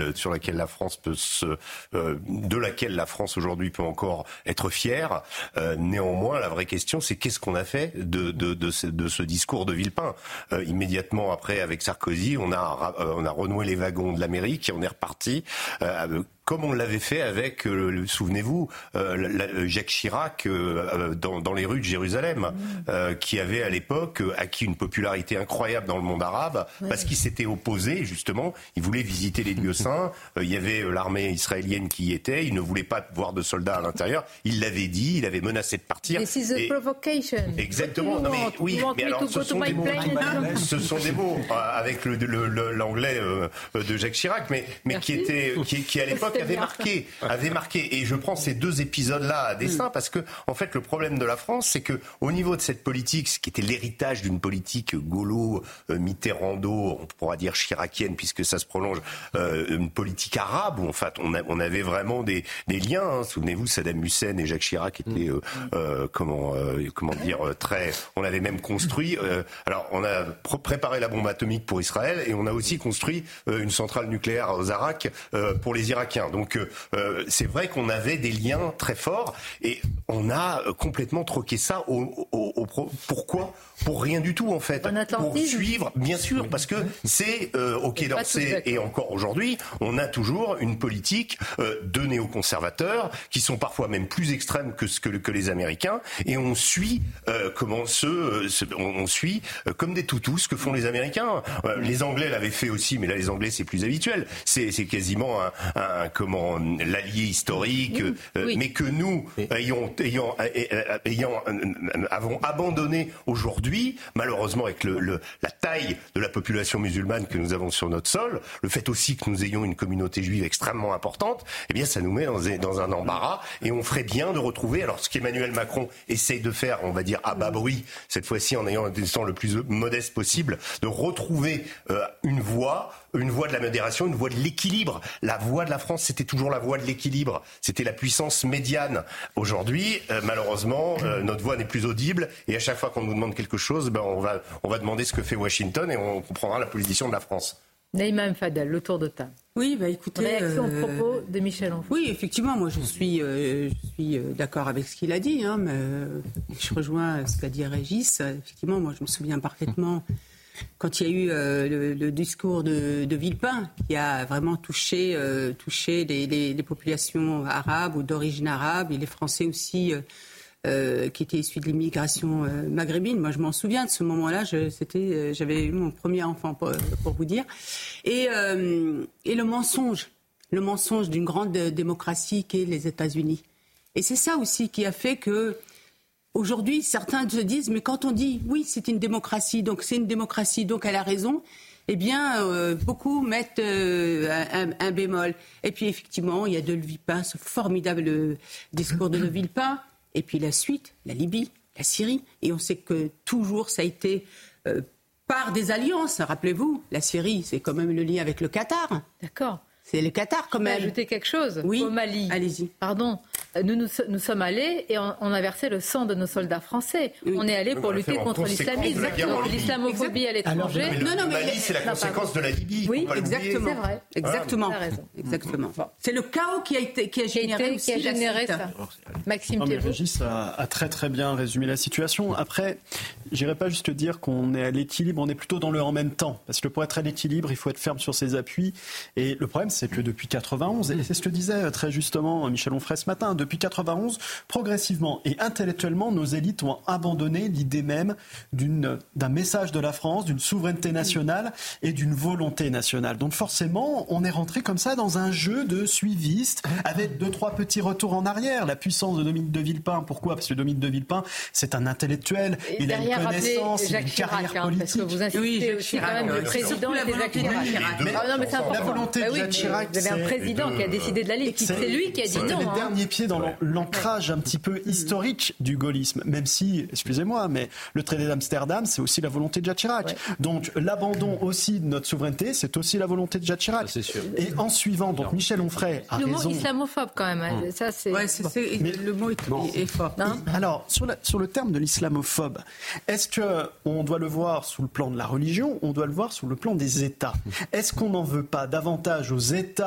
laquelle la France peut se, euh, de laquelle la France aujourd'hui peut encore être fière. Euh, néanmoins, la vraie question, c'est qu'est-ce qu'on a fait de, de, de, ce, de ce discours de Villepin. Euh, immédiatement après, avec Sarkozy, on a, euh, on a renoué les wagons de l'Amérique et on est reparti euh, comme on l'avait fait avec, euh, souvenez-vous, euh, la, Jacques Chirac euh, dans, dans les rues de Jérusalem, euh, qui avait à l'époque acquis une popularité incroyable dans le monde arabe, ouais. parce qu'il s'était opposé, justement, il voulait visiter les lieux saints, euh, il y avait l'armée israélienne qui y était, il ne voulait pas voir de soldats à l'intérieur, il l'avait dit, il avait menacé de partir. This is a et... provocation. Exactement, non, mais, oui, mais alors ce sont, des mots, ce sont des mots, euh, avec le, le, le, l'anglais euh, de Jacques Chirac, mais, mais qui, était, qui, qui à l'époque avait marqué, avait marqué. Et je prends ces deux épisodes-là à dessein parce que, en fait, le problème de la France, c'est que au niveau de cette politique, ce qui était l'héritage d'une politique gaulo, euh, mitterrando, on pourra dire chiracienne, puisque ça se prolonge, euh, une politique arabe où, en fait, on, a, on avait vraiment des, des liens. Hein. Souvenez-vous, Saddam Hussein et Jacques Chirac étaient, euh, euh, comment, euh, comment dire, très. On avait même construit. Euh, alors, on a pr- préparé la bombe atomique pour Israël et on a aussi construit euh, une centrale nucléaire aux Arak euh, pour les Irakiens. Donc euh, c'est vrai qu'on avait des liens très forts et on a complètement troqué ça au, au, au pro... pourquoi pour rien du tout en fait, pour suivre, bien sûr, parce que c'est euh, au Quai d'Orsay et encore aujourd'hui, on a toujours une politique euh, de néoconservateurs qui sont parfois même plus extrêmes que ce que, que les Américains et on suit euh, comment ce, ce on, on suit euh, comme des toutous ce que font les Américains. Euh, les Anglais l'avaient fait aussi, mais là les Anglais c'est plus habituel, c'est, c'est quasiment un, un comment l'allié historique, oui, euh, oui. mais que nous ayons ayant ayant avons abandonné aujourd'hui, malheureusement avec le, le, la taille de la population musulmane que nous avons sur notre sol, le fait aussi que nous ayons une communauté juive extrêmement importante, eh bien ça nous met dans, dans un embarras et on ferait bien de retrouver, alors ce qu'Emmanuel Macron essaye de faire, on va dire à bas bruit, cette fois-ci en ayant un destin le plus modeste possible, de retrouver euh, une voie, une voie de la modération, une voie de l'équilibre. La voie de la France, c'était toujours la voie de l'équilibre. C'était la puissance médiane. Aujourd'hui, euh, malheureusement, euh, notre voix n'est plus audible et à chaque fois qu'on nous demande quelque chose, ben, on va, on va demander ce que fait Washington et on comprendra la position de la France. Naïma Mfadel, le tour de table. Oui, bah écoutez. Réaction euh, au propos de Michel Onfray. Oui, effectivement, moi je suis, euh, je suis d'accord avec ce qu'il a dit, hein, mais euh, je rejoins ce qu'a dit Régis. Effectivement, moi je me souviens parfaitement quand il y a eu euh, le, le discours de, de Villepin qui a vraiment touché, euh, touché les, les, les populations arabes ou d'origine arabe et les Français aussi. Euh, Euh, qui était issu de l'immigration euh, maghrébine. Moi, je m'en souviens de ce moment-là. Je, c'était, euh, j'avais eu mon premier enfant, pour, pour vous dire. Et, euh, et le mensonge, le mensonge d'une grande démocratie qu'est les États-Unis. Et c'est ça aussi qui a fait que, aujourd'hui, certains se disent, mais quand on dit, oui, c'est une démocratie, donc c'est une démocratie, donc elle a raison, eh bien, euh, beaucoup mettent euh, un, un bémol. Et puis, effectivement, il y a de Villepin, ce formidable discours de De Villepin. Et puis la suite, la Libye, la Syrie. Et on sait que toujours ça a été euh, par des alliances. Rappelez-vous, la Syrie, c'est quand même le lien avec le Qatar. D'accord. C'est le Qatar quand même. Je vais ajouter quelque chose. Oui. Au Mali. Allez-y. Pardon. Nous, nous, nous sommes allés et on, on a versé le sang de nos soldats français. Oui. On est allés pour lutter contre l'islamisme, contre l'islamophobie à l'étranger. Alors, mais non, non, mais le Mali, c'est la non, conséquence de la Libye. Oui, exactement. C'est vrai. Exactement. Ah, raison. Exactement. Bon. C'est le chaos qui a été qui a généré, qui a généré ça. Maxime Thébault. Régis a, a très très bien résumé la situation. Après, j'irai pas juste dire qu'on est à l'équilibre, on est plutôt dans le en même temps. Parce que pour être à l'équilibre, il faut être ferme sur ses appuis. Et le problème, c'est que depuis quatre-vingt-onze, et c'est ce que disait très justement Michel Onfray ce matin, depuis quatre-vingt-onze, progressivement et intellectuellement, nos élites ont abandonné l'idée même d'une, d'un message de la France, d'une souveraineté nationale et d'une volonté nationale. Donc forcément, on est rentré comme ça dans un jeu de suiviste avec deux, trois petits retours en arrière. La puissance de Dominique de Villepin, pourquoi ? Parce que Dominique de Villepin, c'est un intellectuel, et il a une connaissance, il a une carrière Chirac, politique. Parce que vous insistez oui, aussi quand même, le président était Jacques Chirac. Mais, ah, non, mais c'est important. La volonté bah, de oui, Jacques Chirac, vous avez un président qui a décidé de l'aller, c'est, c'est lui qui a dit non. C'était les hein. derniers pieds dans l'ancrage un petit peu historique du gaullisme, même si, excusez-moi, mais le traité d'Amsterdam, c'est aussi la volonté de Jacques Chirac. Ouais. Donc l'abandon aussi de notre souveraineté, c'est aussi la volonté de Jacques Chirac. Ça, c'est sûr. Et en suivant, donc Michel Onfray a le raison. Le mot islamophobe quand même, hein. Ça c'est... Ouais, c'est, bon. c'est mais, le mot est, bon. est fort. Hein alors, sur, la, sur le terme de l'islamophobe, est-ce qu'on doit le voir sous le plan de la religion, on doit le voir sous le plan des États ? Est-ce qu'on n'en veut pas davantage aux États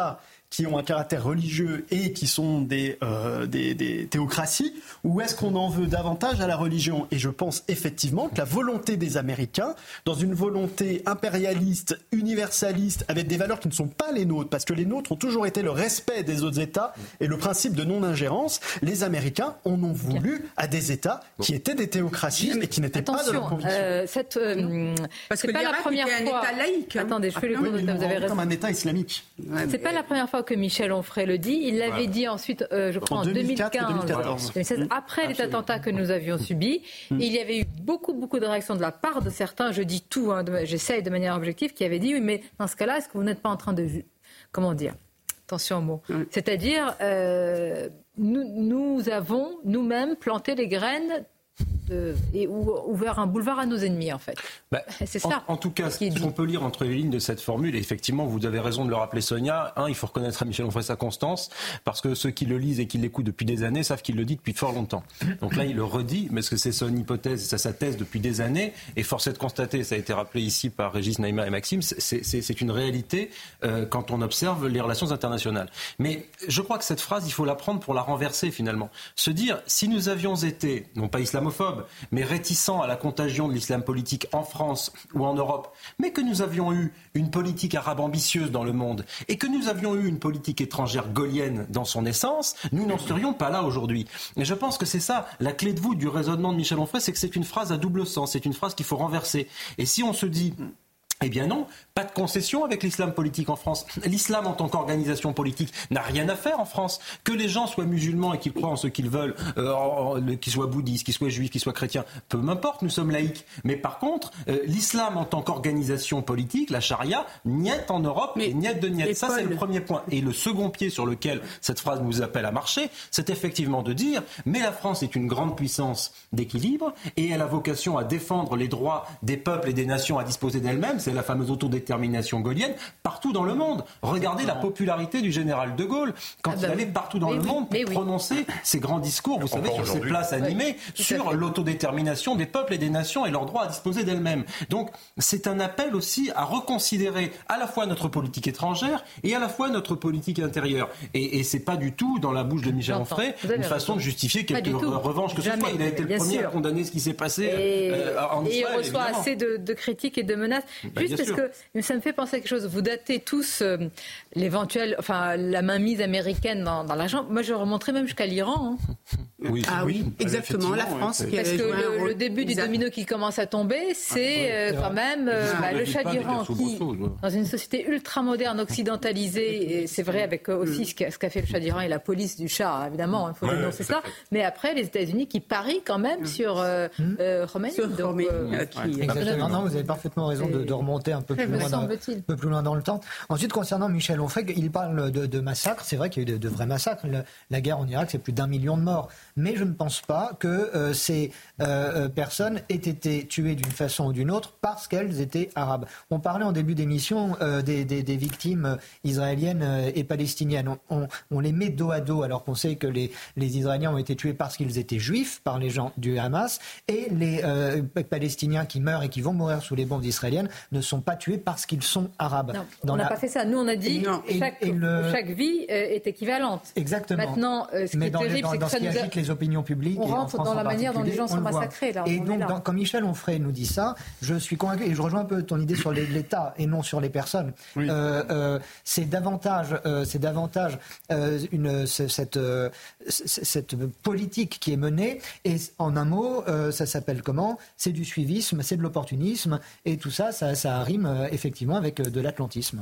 qui ont un caractère religieux et qui sont des, euh, des, des théocraties, ou est-ce qu'on en veut davantage à la religion ? Et je pense effectivement que la volonté des Américains, dans une volonté impérialiste, universaliste, avec des valeurs qui ne sont pas les nôtres, parce que les nôtres ont toujours été le respect des autres États et le principe de non-ingérence, les Américains en ont voulu à des États qui étaient des théocraties et qui n'étaient pas de leur conviction. Euh, cette, euh, parce c'est que pas la première était fois. un État laïque. Hein. Attendez, je fais ah, le oui, vous avez raison. Comme un État islamique. Ouais, c'est mais... pas la première fois que Michel Onfray le dit. Il l'avait voilà. dit ensuite, euh, je crois, en, en deux mille quinze, deux mille quatorze, deux mille seize, après Absolument. les attentats que nous avions subis. Mm. Il y avait eu beaucoup, beaucoup de réactions de la part de certains, je dis tout, hein, de, j'essaye de manière objective, qui avaient dit, oui, mais dans ce cas-là, est-ce que vous n'êtes pas en train de... Comment dire ? Attention aux mots. Mm. C'est-à-dire, euh, nous, nous avons nous-mêmes planté les graines de, et ouvert un boulevard à nos ennemis, en fait. Bah, c'est ça. En, en tout cas, ce qu'on peut lire entre les lignes de cette formule, et effectivement, vous avez raison de le rappeler, Sonia. Un, il faut reconnaître à Michel Onfray sa constance, parce que ceux qui le lisent et qui l'écoutent depuis des années savent qu'il le dit depuis fort longtemps. Donc là, il le redit, mais est-ce que c'est son hypothèse, c'est sa thèse depuis des années, et force est de constater, ça a été rappelé ici par Régis, Naïma et Maxime, c'est, c'est, c'est une réalité euh, quand on observe les relations internationales. Mais je crois que cette phrase, il faut la prendre pour la renverser finalement. Se dire, si nous avions été, non pas islamophobes, mais réticents à la contagion de l'islam politique en France ou en Europe, mais que nous avions eu une politique arabe ambitieuse dans le monde et que nous avions eu une politique étrangère gaullienne dans son essence, nous n'en serions pas là aujourd'hui. Et je pense que c'est ça, la clé de voûte du raisonnement de Michel Onfray, c'est que c'est une phrase à double sens, c'est une phrase qu'il faut renverser. Et si on se dit... Eh bien non, pas de concession avec l'islam politique en France. L'islam en tant qu'organisation politique n'a rien à faire en France. Que les gens soient musulmans et qu'ils croient en ce qu'ils veulent, euh, qu'ils soient bouddhistes, qu'ils soient juifs, qu'ils soient chrétiens, peu m'importe, nous sommes laïcs. Mais par contre, euh, l'islam en tant qu'organisation politique, la charia, niette en Europe, mais niette de niette. Ça, Paul... c'est le premier point. Et le second pied sur lequel cette phrase nous appelle à marcher, c'est effectivement de dire, mais la France est une grande puissance d'équilibre et elle a vocation à défendre les droits des peuples et des nations à disposer d'elles-mêmes. C'est la fameuse autodétermination gaullienne partout dans le monde. Regardez la popularité du général de Gaulle quand ah bah il allait partout dans le oui, monde pour oui. prononcer ces grands discours, vous savez, sur ces places animées, oui, sur l'autodétermination des peuples et des nations et leur droit à disposer d'elles-mêmes. Donc c'est un appel aussi à reconsidérer à la fois notre politique étrangère et à la fois notre politique intérieure. Et, et c'est pas du tout dans la bouche de Michel Onfray une façon de justifier quelque revanche que ce soit. Il a été le premier sûr. à condamner ce qui s'est passé et, euh, en et Israël. Et il reçoit évidemment. assez de, de critiques et de menaces. Bah, Juste parce sûr. que ça me fait penser à quelque chose. Vous datez tous euh, l'éventuelle, enfin la mainmise américaine dans, dans l'argent. Moi, je remonterais même jusqu'à l'Iran. Hein. Oui, ah oui, oui exactement. La France. Oui. Qui parce que le, le début exact. du domino qui commence à tomber, c'est euh, quand même euh, bah, le Shah d'Iran qui, dans une société ultra moderne, occidentalisée, et c'est vrai avec euh, aussi ce qu'a, ce qu'a fait le Shah d'Iran et la police du Shah, évidemment, il faut ouais, dénoncer ça. Mais après, les États-Unis qui parient quand même sur euh, euh, Khomeini. Sur Khomeini. Euh, qui... Exactement. Non, vous avez parfaitement raison de, de remonter un peu plus, loin dans, un peu plus loin dans le temps. Ensuite, concernant Michel Onfray, il parle de, de massacres. C'est vrai qu'il y a eu de, de vrais massacres. Le, la guerre en Irak, c'est plus d'un million de morts. Mais je ne pense pas que euh, ces euh, personnes aient été tuées d'une façon ou d'une autre parce qu'elles étaient arabes. On parlait en début d'émission euh, des, des, des victimes israéliennes et palestiniennes. On, on, on les met dos à dos alors qu'on sait que les, les Israéliens ont été tués parce qu'ils étaient juifs par les gens du Hamas et les euh, Palestiniens qui meurent et qui vont mourir sous les bombes israéliennes ne sont pas tués parce qu'ils sont arabes. Non, Dans on n'a la... pas fait ça. Nous, on a dit que chaque, le... chaque vie euh, est équivalente. Exactement. Maintenant, euh, ce qui Mais est dans terrible, les, dans, c'est dans que ce ça qui nous a... agite les opinions publiques. On et rentre en France dans la manière dont les gens sont massacrés. Là, et donc, dans, quand Michel Onfray nous dit ça, je suis convaincu, et je rejoins un peu ton idée sur l'État et non sur les personnes. Oui. Euh, euh, c'est davantage, euh, c'est davantage euh, une, cette, euh, cette politique qui est menée. Et en un mot, euh, ça s'appelle comment ? C'est du suivisme, c'est de l'opportunisme, et tout ça, ça, ça rime euh, effectivement avec de l'atlantisme.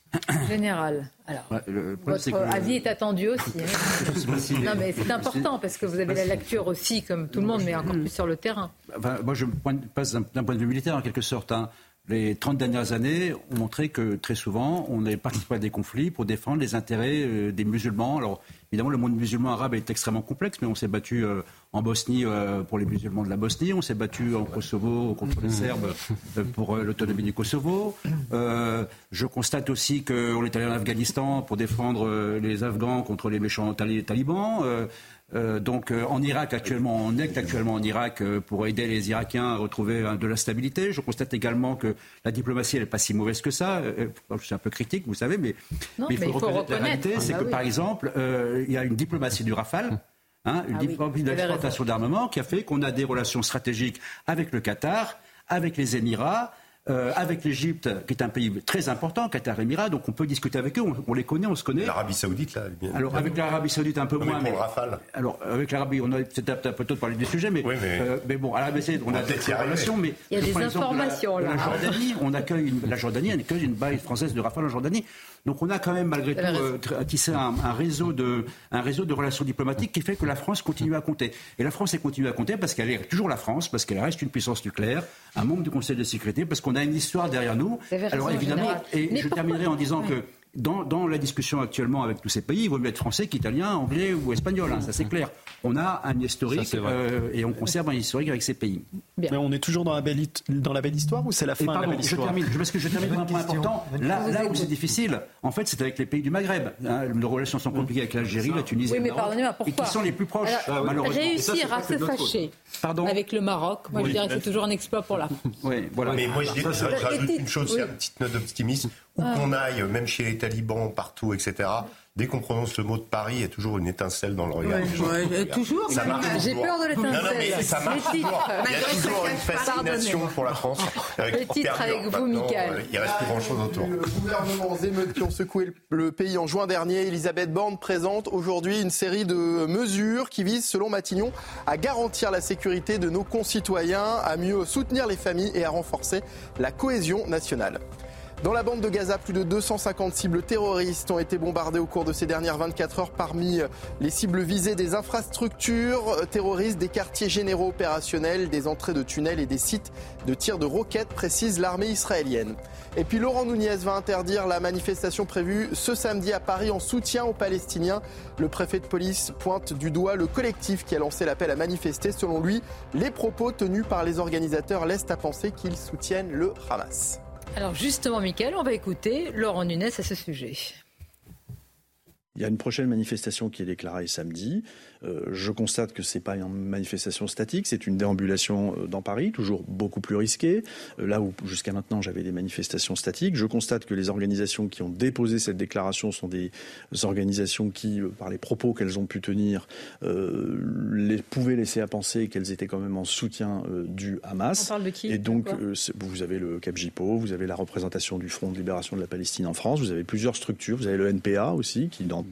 Général. Alors, ouais, le votre est avis est attendu aussi. Hein. Non, mais c'est important parce que vous avez la lecture aussi, comme tout le monde, mais encore plus sur le terrain. Enfin, moi, je passe d'un point de vue militaire, en quelque sorte. Hein. Les trente dernières années ont montré que très souvent, on est participé à des conflits pour défendre les intérêts euh, des musulmans. Alors, Évidemment, le monde musulman arabe est extrêmement complexe, mais on s'est battu euh, en Bosnie euh, pour les musulmans de la Bosnie, on s'est battu en Kosovo contre les Serbes euh, pour euh, l'autonomie du Kosovo. Euh, je constate aussi qu'on est allé en Afghanistan pour défendre euh, les Afghans contre les méchants tali- talibans. Euh, Euh, donc euh, en Irak actuellement, on est actuellement en Irak euh, pour aider les Irakiens à retrouver euh, de la stabilité. Je constate également que la diplomatie elle n'est pas si mauvaise que ça. Euh, je suis un peu critique, vous savez, mais, non, mais il faut, mais il faut reconnaître, reconnaître. la réalité, c'est ah, que oui. par exemple, euh, il y a une diplomatie du Rafale. Hein, une ah, diplomatie oui, de l'exportation d'armement qui a fait qu'on a des relations stratégiques avec le Qatar, avec les Émirats, Euh, avec l'Égypte, qui est un pays très important, Qatar et Émirats, donc on peut discuter avec eux, on, on les connaît, on se connaît. L'Arabie Saoudite, là. Bien, Alors, avec l'Arabie Saoudite, un peu non, moins. Mais pour mais, le Rafale. Alors, avec l'Arabie, on a peut-être un peu tôt de parler du sujet, mais, oui, mais... Euh, mais bon, à l'Arabie Saoudite, on, on a des relations, mais. Il y a des informations, de la, là. De la Jordanie, on accueille une, la Jordanie accueille une base française de Rafale en Jordanie. Donc, on a quand même, malgré tout, euh, tissé un, un, réseau de, un réseau de relations diplomatiques qui fait que la France continue à compter. Et la France, elle continue à compter parce qu'elle est toujours la France, parce qu'elle reste une puissance nucléaire, un membre du Conseil de sécurité, parce qu'on a une histoire derrière nous. Alors, évidemment, et Mais je pourquoi terminerai en disant ouais. que dans, dans la discussion actuellement avec tous ces pays, il vaut mieux être français qu'italien, anglais ou espagnol, hein, ça c'est clair. On a un historique ça, euh, et on conserve un historique avec ces pays. Bien. Mais on est toujours dans la belle, dans la belle histoire ou c'est la fin pardon, de la belle histoire? Je termine, parce que je termine par un point important. Là, là où c'est difficile, en fait, c'est avec les pays du Maghreb. Hein, nos relations sont compliquées avec l'Algérie, la Tunisie, oui, mais le Maroc, et qui sont les plus proches, Alors, malheureusement. Réussir ça, à se fâcher Pardon avec le Maroc, moi oui. je dirais que c'est toujours un exploit pour la France. Oui, voilà. Mais moi, je, dis, je rajoute une chose, oui. c'est une petite note d'optimisme. Où ah. qu'on aille, même chez les talibans, partout, et cetera, dès qu'on prononce le mot de Paris, il y a toujours une étincelle dans le regard. Ouais, ouais, toujours, ça marche j'ai toujours. peur de l'étincelle. Non, non, mais ça marche toujours. Il y a toujours une fascination pour la France. Avec le titre avec vous, Mickaël. Il reste plus grand-chose autour. Le gouvernement aux émeutes qui ont secoué le pays en juin dernier, Elisabeth Borne présente aujourd'hui une série de mesures qui visent, selon Matignon, à garantir la sécurité de nos concitoyens, à mieux soutenir les familles et à renforcer la cohésion nationale. Dans la bande de Gaza, plus de deux cent cinquante cibles terroristes ont été bombardées au cours de ces dernières vingt-quatre heures. Parmi les cibles visées, des infrastructures terroristes, des quartiers généraux opérationnels, des entrées de tunnels et des sites de tir de roquettes, précise l'armée israélienne. Et puis Laurent Nunez va interdire la manifestation prévue ce samedi à Paris en soutien aux Palestiniens. Le préfet de police pointe du doigt le collectif qui a lancé l'appel à manifester. Selon lui, les propos tenus par les organisateurs laissent à penser qu'ils soutiennent le Hamas. Alors justement, Mickaël, on va écouter Laurent Nunez à ce sujet. Il y a une prochaine manifestation qui est déclarée samedi. Euh, je constate que ce n'est pas une manifestation statique, c'est une déambulation dans Paris, toujours beaucoup plus risquée. Euh, là où jusqu'à maintenant j'avais des manifestations statiques, je constate que les organisations qui ont déposé cette déclaration sont des organisations qui, euh, par les propos qu'elles ont pu tenir, euh, les, pouvaient laisser à penser qu'elles étaient quand même en soutien euh, du Hamas. On parle de qui ? Et donc euh, vous avez le Capgipo, vous avez la représentation du Front de libération de la Palestine en France, vous avez plusieurs structures, vous avez le N P A aussi qui dans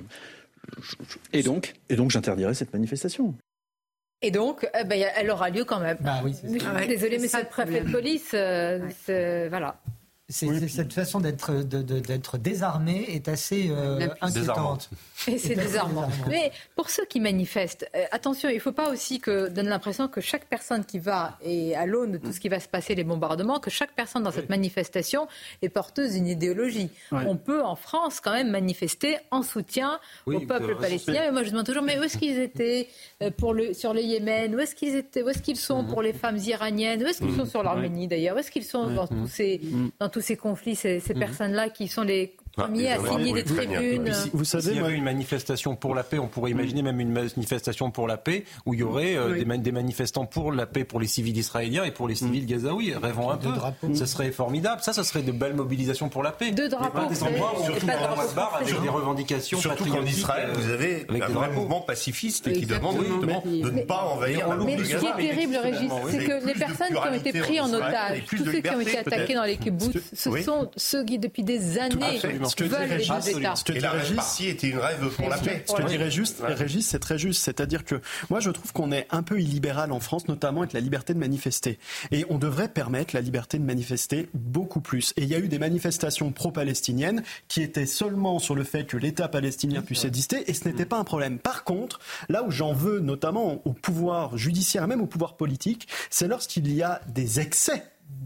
Et donc Et donc j'interdirai cette manifestation. Et donc, eh ben, elle aura lieu quand même. Bah oui, c'est ah ouais. Désolé, monsieur le préfet de police, euh, ouais. voilà. C'est, oui, puis... Cette façon d'être, de, de, d'être désarmé est assez euh, inquiétante. Et c'est désarmant. Mais pour ceux qui manifestent, euh, attention, il ne faut pas aussi que donne l'impression que chaque personne qui va, et à l'aune de tout ce qui va se passer, les bombardements, que chaque personne dans cette manifestation est porteuse d'une idéologie. Ouais. On peut en France quand même manifester en soutien oui, au peuple palestinien. Mais moi je demande toujours, mais où est-ce qu'ils étaient pour le, sur le Yémen ? Où est-ce qu'ils étaient ? Où est-ce qu'ils sont pour les femmes iraniennes ? Où est-ce qu'ils sont sur l'Arménie d'ailleurs ? Où est-ce qu'ils sont dans tous ces, dans tous ces conflits, ces, ces personnes-là qui sont les premiers à signer des tribunes. Vous savez, s'il y avait une manifestation pour la paix, on pourrait imaginer même une manifestation pour la paix où il y aurait euh, oui. des, des manifestants pour la paix pour les civils israéliens et pour les civils gazaouis. Rêvons un peu. Ce serait formidable. Ça, ça serait de belles mobilisations pour la paix. Deux drapeaux. Pas des endroits où on se barre avec des revendications surtout patriotiques. Surtout qu'en Israël, vous avez un vrai mouvement pacifiste qui demande justement de ne pas envahir la bande de Gaza. Mais ce qui est terrible, Régis, c'est que les personnes qui ont été prises en otage, tous ceux qui ont été attaqués dans les kibboutz, ce sont ceux qui, depuis des années, veulent les deux États. Ce que et la répartie était une rêve pour la paix. Ce que dit Régis, Régis, c'est très juste. C'est-à-dire que moi, je trouve qu'on est un peu illibéral en France, notamment avec la liberté de manifester. Et on devrait permettre la liberté de manifester beaucoup plus. Et il y a eu des manifestations pro-palestiniennes qui étaient seulement sur le fait que l'État palestinien puisse exister, et ce n'était pas un problème. Par contre, là où j'en veux notamment au pouvoir judiciaire, même au pouvoir politique, c'est lorsqu'il y a des excès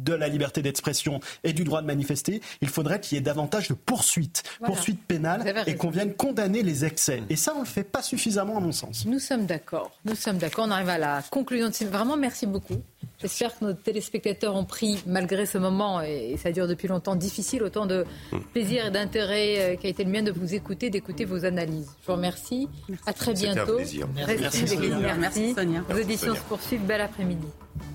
de la liberté d'expression et du droit de manifester, il faudrait qu'il y ait davantage de poursuites, voilà. poursuites pénales, et qu'on vienne condamner les excès. Et ça, on ne le fait pas suffisamment à mon sens. Nous sommes d'accord. Nous sommes d'accord. On arrive à la conclusion de cette... Vraiment, merci beaucoup. J'espère que nos téléspectateurs ont pris, malgré ce moment, et ça dure depuis longtemps, difficile, autant de plaisir et d'intérêt qui a été le mien de vous écouter, d'écouter vos analyses. Je vous remercie. À très bientôt. C'était un plaisir. Merci. Merci, merci, Sonia. Vos auditions se poursuivent. Bel après-midi.